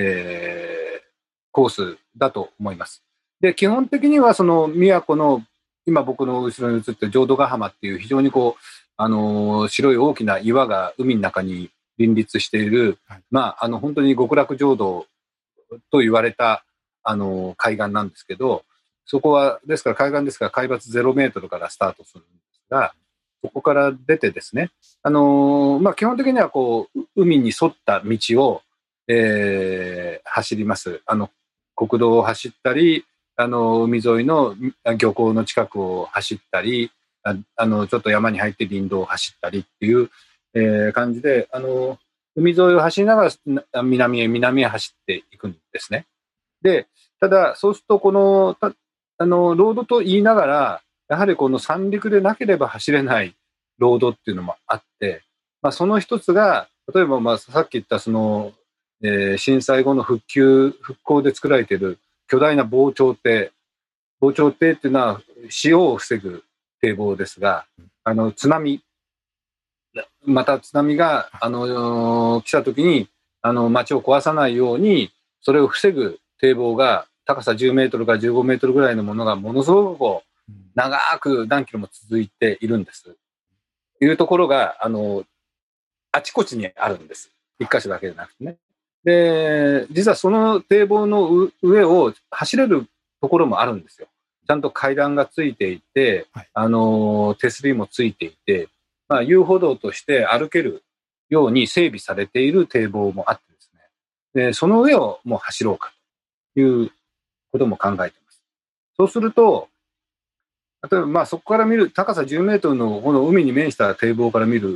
コースだと思います。で、基本的にはその宮古の、今僕の後ろに映ってる浄土ヶ浜っていう非常に白い大きな岩が海の中に林立している、本当に極楽浄土と言われた、海岸なんですけど、そこは、ですから海岸ですから海抜0メートルからスタートするんですが、そこから出てですね、基本的には海に沿った道を、走ります。国道を走ったり、海沿いの漁港の近くを走ったり、ちょっと山に入って林道を走ったりっていう、感じで、海沿いを走りながら南へ走っていくんですね。で、ただ、そうすると、ロードと言いながら、やはりこの三陸でなければ走れないロードっていうのもあって、その一つが、例えば、さっき言った震災後の復興で作られている巨大な防潮堤。防潮堤っていうのは潮を防ぐ堤防ですが、津波、また津波が、来た時に、町を壊さないように、それを防ぐ堤防が高さ10メートルから15メートルぐらいのものがものすごく長く何キロも続いているんです。いうところが、あちこちにあるんです。一箇所だけじゃなくてね。で、実はその堤防の上を走れるところもあるんですよ。ちゃんと階段がついていて、手すりもついていて、遊歩道として歩けるように整備されている堤防もあってですね。で、その上をもう走ろうかということも考えています。そうすると、例えばそこから見る高さ10メートルのこの海に面した堤防から見る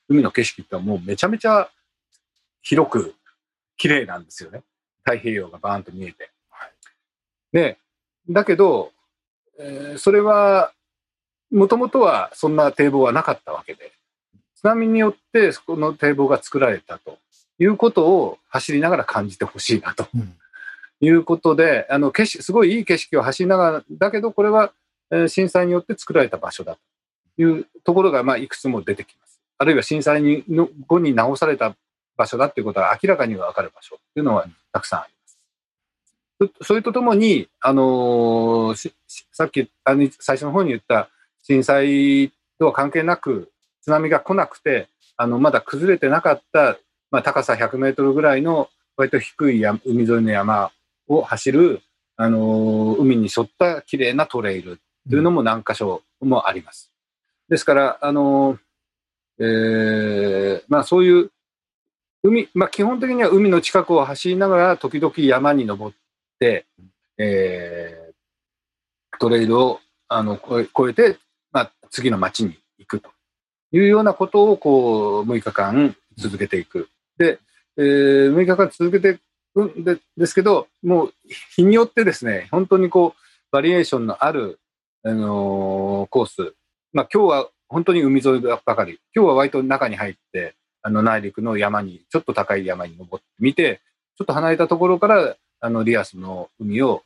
海の景色ってもうめちゃめちゃ広く綺麗なんですよね。太平洋がバーンと見えて。で、だけど、それは、もともとはそんな堤防はなかったわけで、津波によってそこの堤防が作られたということを走りながら感じてほしいなということで、すごいいい景色を走りながら、だけどこれは震災によって作られた場所だというところがいくつも出てきます。あるいは震災後に直された場所だということが明らかに分かる場所というのはたくさんあります。それとともに、さっき最初の方に言った震災とは関係なく津波が来なくてまだ崩れてなかった、高さ100メートルぐらいの割と低い海沿いの山を走る、海に沿った綺麗なトレイルというのも何箇所もあります。ですから、そういう海、基本的には海の近くを走りながら時々山に登って、トレイルを越えて、次の町に行くというようなことを6日間続けていく。で、6日間続けていくんですけど、もう日によってですね、本当にバリエーションのある、コース。今日は本当に海沿いばかり。今日は割と中に入って、内陸の山に、ちょっと高い山に登ってみて、ちょっと離れたところから、リアスの海を、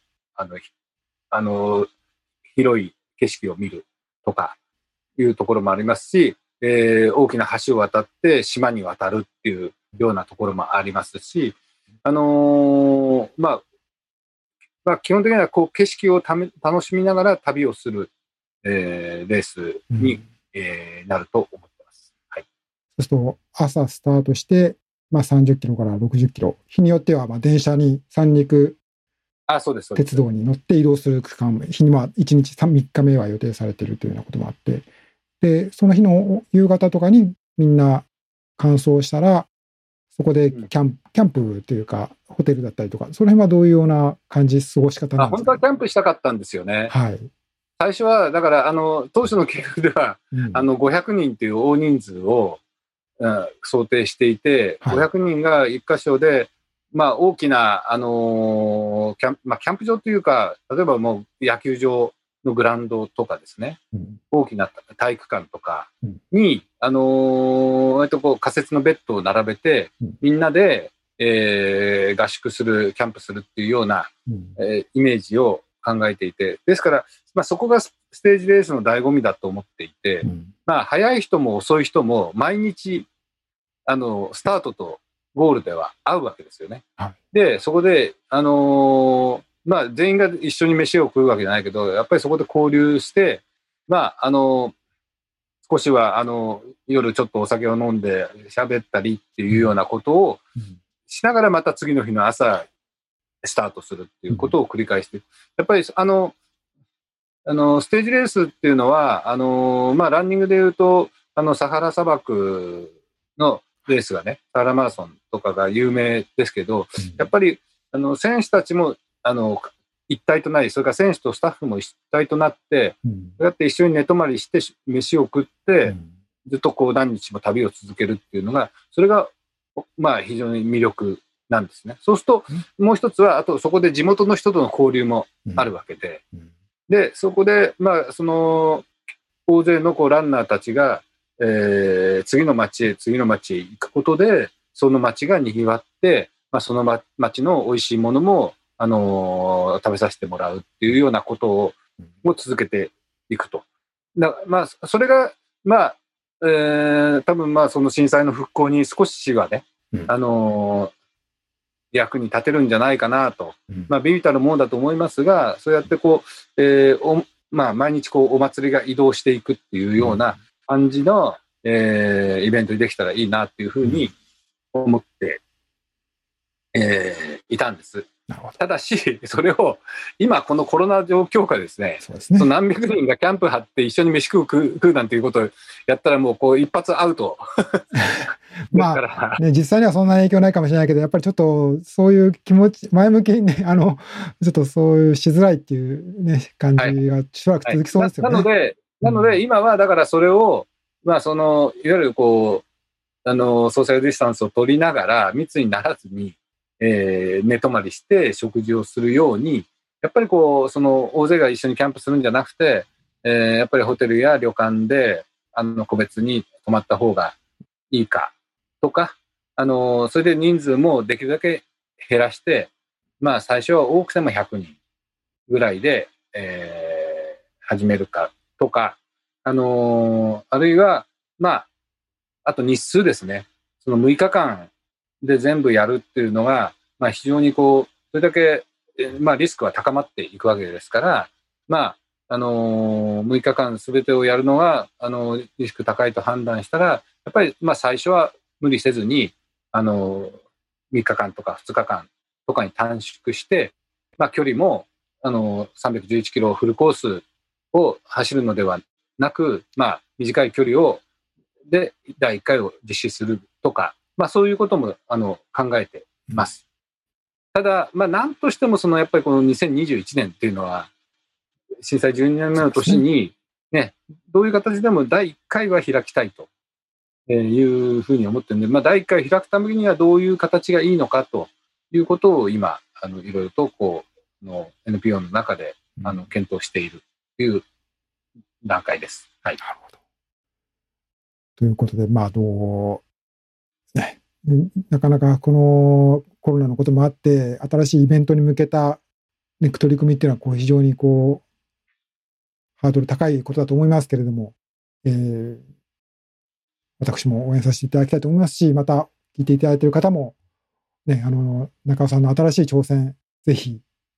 広い景色を見るとかいうところもありますし、大きな橋を渡って島に渡るっていうようなところもありますし、基本的には景色を楽しみながら旅をする、レースに、なると思ってます。はい。
そうすると朝スタートして、30キロから60キロ、日によっては電車に三陸鉄道に乗って移動する区間、日に1日3日目は予定されているというようなこともあって、でその日の夕方とかにみんな完走したら、そこでキャンプというか、ホテルだったりとか、その辺はどういうような感じ、過ごし方なんですか？
本当はキャンプしたかったんですよね。
はい。
最初は、だから、当初の計画では、500人という大人数を、想定していて、500人が一箇所で、大きな、キャンプ場というか、例えばもう野球場のグラウンドとかですね、大きな体育館とかに、割と仮設のベッドを並べて、みんなで、合宿する、キャンプするっていうような、イメージを考えていて、ですから、そこがステージレースの醍醐味だと思っていて、早い人も遅い人も毎日、スタートとゴールでは会うわけですよね。で、そこで、全員が一緒に飯を食うわけじゃないけど、やっぱりそこで交流して、少しは、夜ちょっとお酒を飲んで喋ったりっていうようなことをしながら、また次の日の朝、スタートするっていうことを繰り返していく。やっぱり、ステージレースっていうのは、ランニングで言うと、サハラ砂漠のレースがね、サハラマラソンとかが有名ですけど、やっぱり、選手たちも、一体となり、それから選手とスタッフも一体となって、そうやって一緒に寝泊まりして、飯を食って、ずっと何日も旅を続けるっていうのが、それが、非常に魅力なんですね。そうすると、もう一つは、あとそこで地元の人との交流もあるわけで、で、そこで、大勢のランナーたちが、次の町へ行くことで、その町が賑わって、その町の美味しいものも、食べさせてもらうっていうようなことを続けていくと。それが、多分その震災の復興に少しはね、役に立てるんじゃないかなと、微々たるものだと思いますが、そうやって毎日お祭りが移動していくっていうような感じの、イベントにできたらいいなっていうふうに思って、いたんです。ただし、それを今このコロナ状況下ですね、その何百人がキャンプ張って一緒に飯食うなんていうことをやったらもう一発アウト。
実際にはそんな影響ないかもしれないけど、やっぱりちょっとそういう気持ち、前向きにね、ちょっとそういうしづらいっていうね、感じがしばらく続きそうですよね。
なので今はだからそれを、いわゆるソーシャルディスタンスを取りながら密にならずに、寝泊まりして食事をするように、やっぱりこうその大勢が一緒にキャンプするんじゃなくて、やっぱりホテルや旅館で個別に泊まった方がいいかとか、それで人数もできるだけ減らして、まあ最初は多くても100人ぐらいで、始めるかとか、あるいはまああと日数ですね。その6日間で全部やるっていうのが、まあ非常にこうそれだけまあリスクは高まっていくわけですから、まあ6日間すべてをやるのがリスク高いと判断したら、やっぱりまあ最初は無理せずに3日間とか2日間とかに短縮して、まあ距離も311キロフルコースを走るのではなく、まあ短い距離をで第1回を実施するとか、まあそういうことも考えています。ただ、まあ何としてもやっぱりこの2021年っていうのは、震災12年目の年にね、どういう形でも第1回は開きたいというふうに思ってるんで、まあ第1回を開くためにはどういう形がいいのかということを今、いろいろとこう、NPO の中で検討しているという段階です。はい。
なるほど。ということで、まあね、なかなかこのコロナのこともあって、新しいイベントに向けた、ね、取り組みっていうのは非常にハードル高いことだと思いますけれども、私も応援させていただきたいと思いますし、また聞いていただいている方も、ね、中尾さんの新しい挑戦、ぜひ、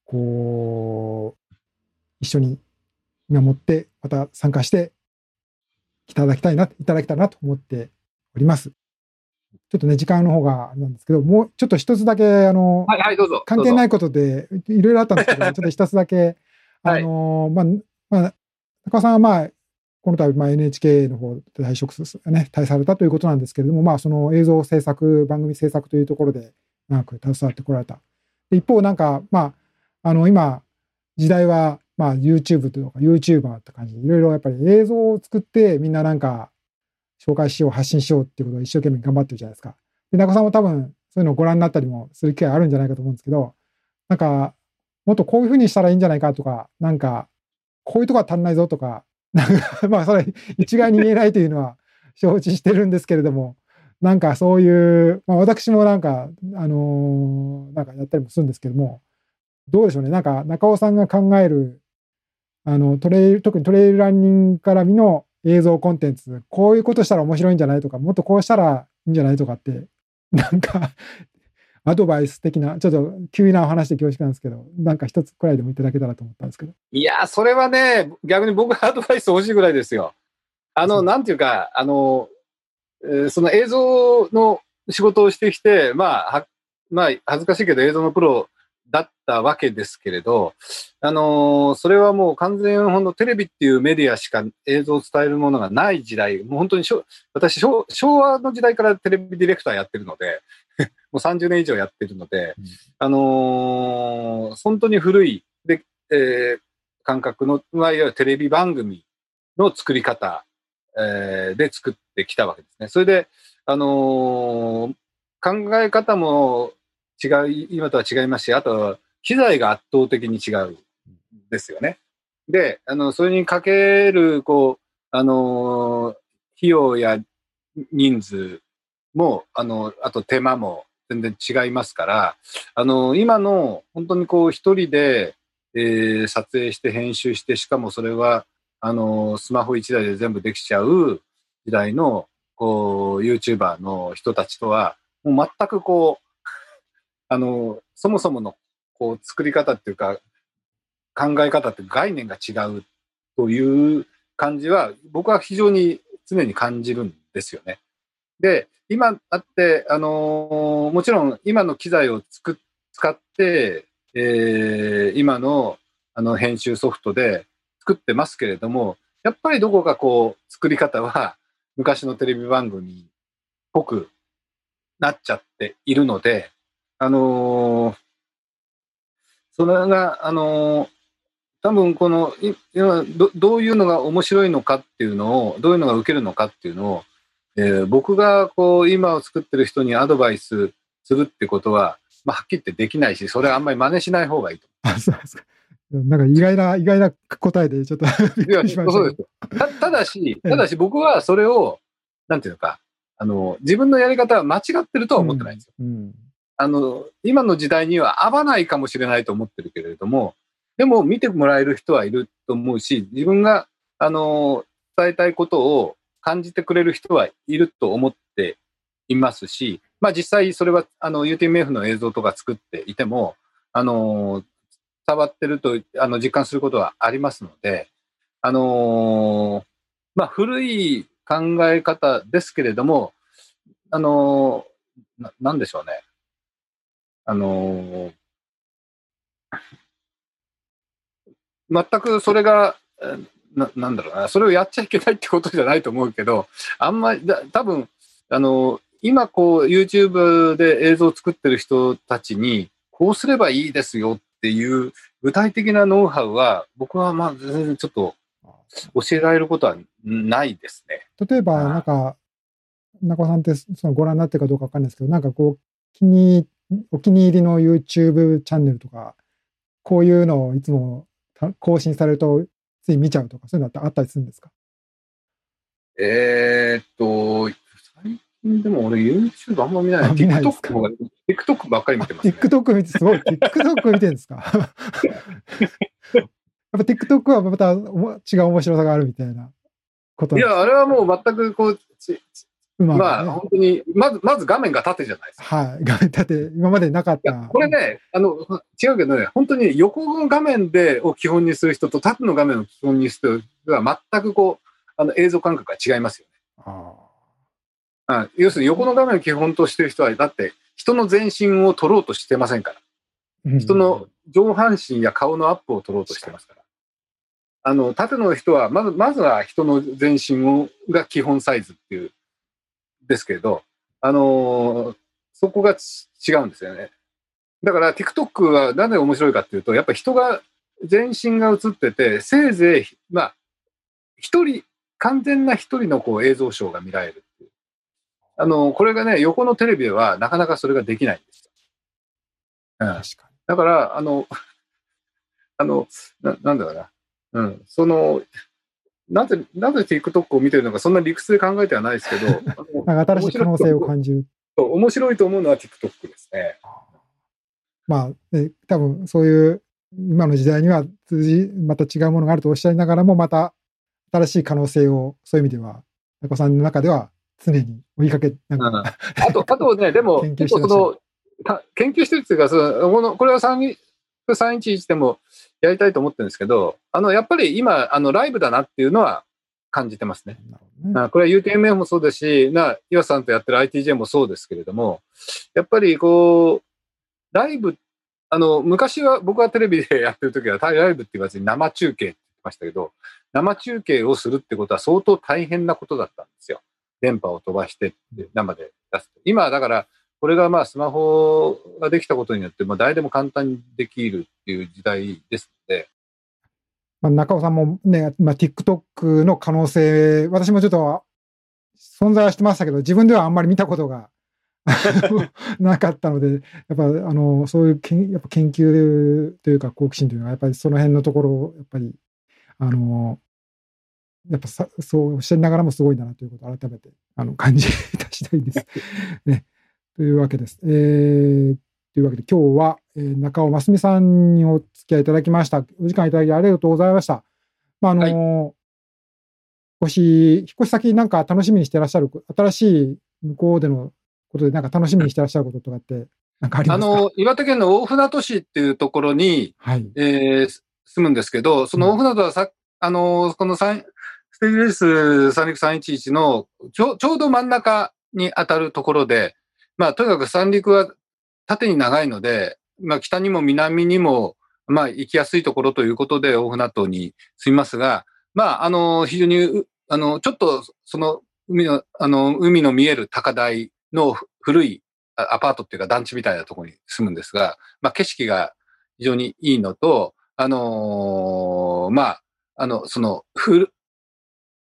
一緒に見守って、また参加していただけたらなと思っております。ちょっとね、時間の方がなんですけど、もうちょっと一つだけ、
はいはいどうぞ
関係ないことで、いろいろあったんですけど、ちょっと一つだけ、はい、中尾さんはこの度、NHK の方で退されたということなんですけれども、その映像制作、番組制作というところで長く携わってこられた。一方、今、時代は、YouTube とか YouTuber って感じで、いろいろやっぱり映像を作って、みんな紹介しよう、発信しようっていうことを一生懸命頑張ってるじゃないですか。で、中尾さんも多分、そういうのをご覧になったりもする機会あるんじゃないかと思うんですけど、もっとこういうふうにしたらいいんじゃないかとか、こういうとこは足んないぞとか、それ一概に言えないというのは承知してるんですけれども、そういう、私もやったりもするんですけども、どうでしょうね。中尾さんが考える、特にトレイルランニング絡みの映像コンテンツ、こういうことしたら面白いんじゃないとか、もっとこうしたらいいんじゃないとかって、アドバイス的な、ちょっと急なお話で恐縮なんですけど、一つくらいでもいただけたらと思ったんですけど。
いや、それはね、逆に僕がアドバイス欲しいぐらいですよ。なんていうか、その映像の仕事をしてきて、恥ずかしいけど映像のプロだったわけですけれど、それはもう完全にテレビっていうメディアしか映像を伝えるものがない時代、もう本当に私、昭和の時代からテレビディレクターやってるので、もう30年以上やってるので、本当に古いで、感覚の、いわゆるテレビ番組の作り方、で作ってきたわけですね。それで、考え方も今とは違いますし、あとは機材が圧倒的に違うんですよね。で、それにかける、費用や人数も、あと手間も全然違いますから、今の本当に一人で、撮影して編集して、しかもそれは、スマホ一台で全部できちゃう時代の、YouTuber の人たちとは、もう全くそもそもの、作り方っていうか、考え方って概念が違うという感じは、僕は非常に常に感じるんですよね。で、今あって、もちろん今の機材を使って、今の編集ソフトで作ってますけれども、やっぱりどこか作り方は昔のテレビ番組っぽくなっちゃっているので、それが、多分どういうのが面白いのかっていうのを、どういうのが受けるのかっていうのを、 僕がこう今を作ってる人にアドバイスするってことは、まあ、はっきり言ってできないし、それはあんまり真似しない方がいいと。
そうですか。なんか意外な答えでちょっとびっくりしました
そうです。ただし僕はそれを、なんていうのか、自分のやり方は間違ってるとは思ってないんですよ。今の時代には合わないかもしれないと思ってるけれども、でも見てもらえる人はいると思うし、自分が、伝えたいことを感じてくれる人はいると思っていますし、まあ実際それは、UTMF の映像とか作っていても、伝わってると、実感することはありますので、まあ古い考え方ですけれども、なんでしょうね。全くそれが、なんだろうな、それをやっちゃいけないってことじゃないと思うけど、あんまり、多分、今こう YouTube で映像を作ってる人たちに、こうすればいいですよっていう具体的なノウハウは、僕はまあ全然ちょっと教えられることはないですね。
例えば、なんか、中尾さんってそのご覧になってるかどうかわかんないですけど、なんかこう、お気に入りの YouTube チャンネルとか、こういうのをいつも更新されるとつい見ちゃうとか、そういうのってあったりするんですか？
最近でも俺 YouTube あんま見ない。
見ないですか？
TikTok ばっかり見てますね。
TikTok 見て、すごい。TikTok 見てるんですか？やっぱ TikTok はまた違う面白さがあるみたいなことなんですか？
いや、あれはもう全くこう、まあ、
ね、
本当に、まず画面が縦じゃないですか。
はい。画面縦、今までなかった。
これね、違うけどね、本当に横の画面を基本にする人と縦の画面を基本にする人は全くこう、映像感覚が違いますよね。要するに横の画面を基本としてる人は、だって人の全身を撮ろうとしてませんから。人の上半身や顔のアップを撮ろうとしてますから。縦の人は、まずは人の全身が基本サイズっていう、ですけど、そこが違うんですよね。だから TikTok はなぜ面白いかっていうと、やっぱ人が、全身が映ってて、せいぜい、まあ、完全な一人のこう映像ショーが見られるっていう。これがね、横のテレビではなかなかそれができないんですよ。確かに。だから、なんだろうな。なぜ TikTok を見てるのか、そんな理屈で考えてはないですけど、
新しい可能性を感じる。
面白いと思うのは TikTok ですね。
まあ、多分そういう今の時代にはまた違うものがあるとおっしゃいながらも、また新しい可能性を、そういう意味では、中尾さんの中では常に追いかけ、
あとね、でも、研究してるっていうか、これは311でもやりたいと思ってるんですけど、やっぱり今、ライブだなっていうのは感じてますね。これは UTMF もそうですし、岩さんとやってる ITJ もそうですけれども、やっぱりこう、ライブ、昔は僕はテレビでやってる時は、ライブって言わずに生中継って言ってましたけど、生中継をするってことは相当大変なことだったんですよ。電波を飛ばして生で出す。今はだから、これがまあスマホができたことによって、誰でも簡単にできるっていう時代ですので。
中尾さんもね、TikTok の可能性、私もちょっと存在はしてましたけど、自分ではあんまり見たことがなかったので、やっぱそういうやっぱ研究というか好奇心というのは、やっぱりその辺のところを、やっぱり、やっぱそうおっしゃりながらもすごいんだなということを改めて感じた次第です。ね。というわけです。というわけで今日は、中尾真澄さんにお付き合いいただきました。お時間いただきありがとうございました。はい、引っ越し先なんか楽しみにしてらっしゃる、新しい向こうでのことでなんか楽しみにしてらっしゃることとかってなんかありますか？
岩手県の大船渡市っていうところに、はい、住むんですけど、その大船渡はこのステージレース3陸311のちょうど真ん中に当たるところで、とにかく三陸は縦に長いので、北にも南にも、行きやすいところということで大船渡に住みますが、非常に、ちょっと、その、海の見える高台の古いアパートっていうか団地みたいなところに住むんですが、景色が非常にいいのと、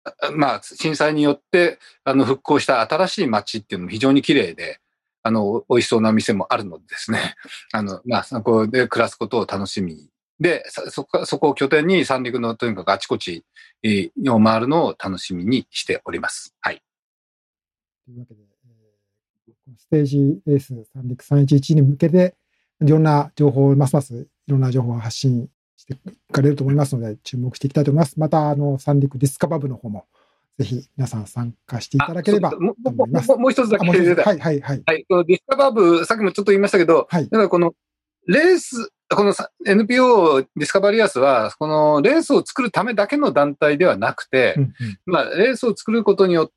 震災によって復興した新しい街っていうのも非常に綺麗で、美味しそうな店もあるのでですね、そこで暮らすことを楽しみに。で、そこを拠点に三陸のとにかくあちこちを回るのを楽しみにしております。はい。
というわけで、ステージレース三陸311に向けて、いろんな情報を、ますますいろんな情報を発信していかれると思いますので、注目していきたいと思います。また、三陸ディスカバ部の方も、ぜひ皆さん参加していただければと思います。
もう一つだけ。はい。
デ
ィスカバ部、さっきもちょっと言いましたけど、だからこのレース、この NPO ディスカバリアスは、このレースを作るためだけの団体ではなくて、レースを作ることによって、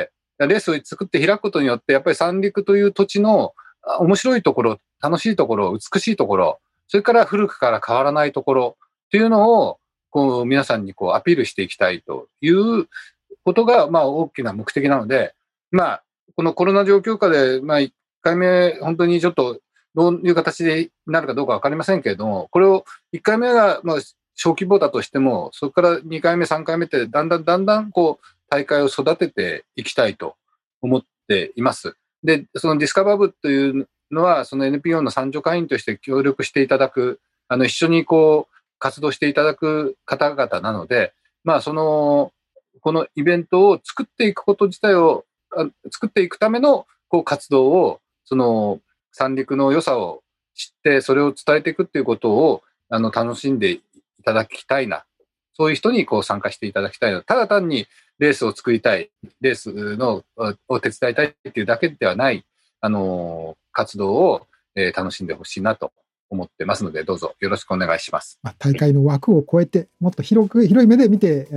レースを作って開くことによって、やっぱり三陸という土地の面白いところ、楽しいところ、美しいところ、それから古くから変わらないところっていうのを、皆さんにアピールしていきたいということが、大きな目的なので、このコロナ状況下で、1回目、本当にちょっと、どういう形でなるかどうかわかりませんけれども、これを1回目が小規模だとしても、そこから2回目、3回目って、だんだん大会を育てていきたいと思っています。で、そのディスカバー部というのは、その NPO の参助会員として協力していただく、一緒に活動していただく方々なので、このイベントを作っていくこと自体を、作っていくための活動を、三陸の良さを知って、それを伝えていくっていうことを、楽しんでいただきたいな。そういう人に参加していただきたいな。ただ単にレースを作りたい、レースを手伝いたいっていうだけではない、活動を、楽しんでほしいなと思ってますので、どうぞよろしくお願いします。
大会の枠を超えて、もっと広い目で見て、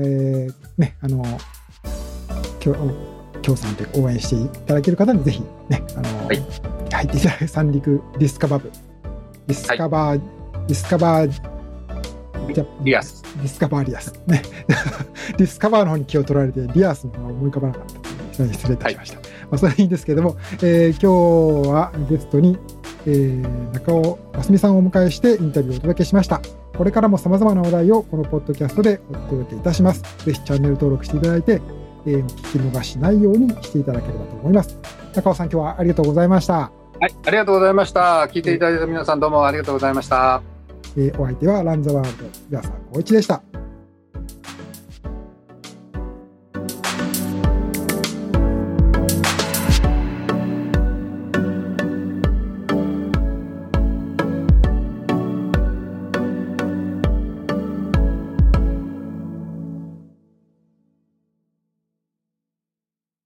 協賛で応援していただける方にぜひね、入っていただく三陸ディスカバ部、ディスカバーリアスね。ディスカバーの方に気を取られてリアスの方が思い浮かばなかった。失礼いたしました。それはいいんですけども、今日はゲストに、中尾真澄さんをお迎えしてインタビューをお届けしました。これからも様々な話題をこのポッドキャストでお届けいたします。ぜひチャンネル登録していただいて、お聞き逃しないようにしていただければと思います。中尾さん、今日はありがとうございました。
はい、ありがとうございました。聞いていただいた皆さんどうもありがとうございました。
お相手はランザワールド岩佐光一でした。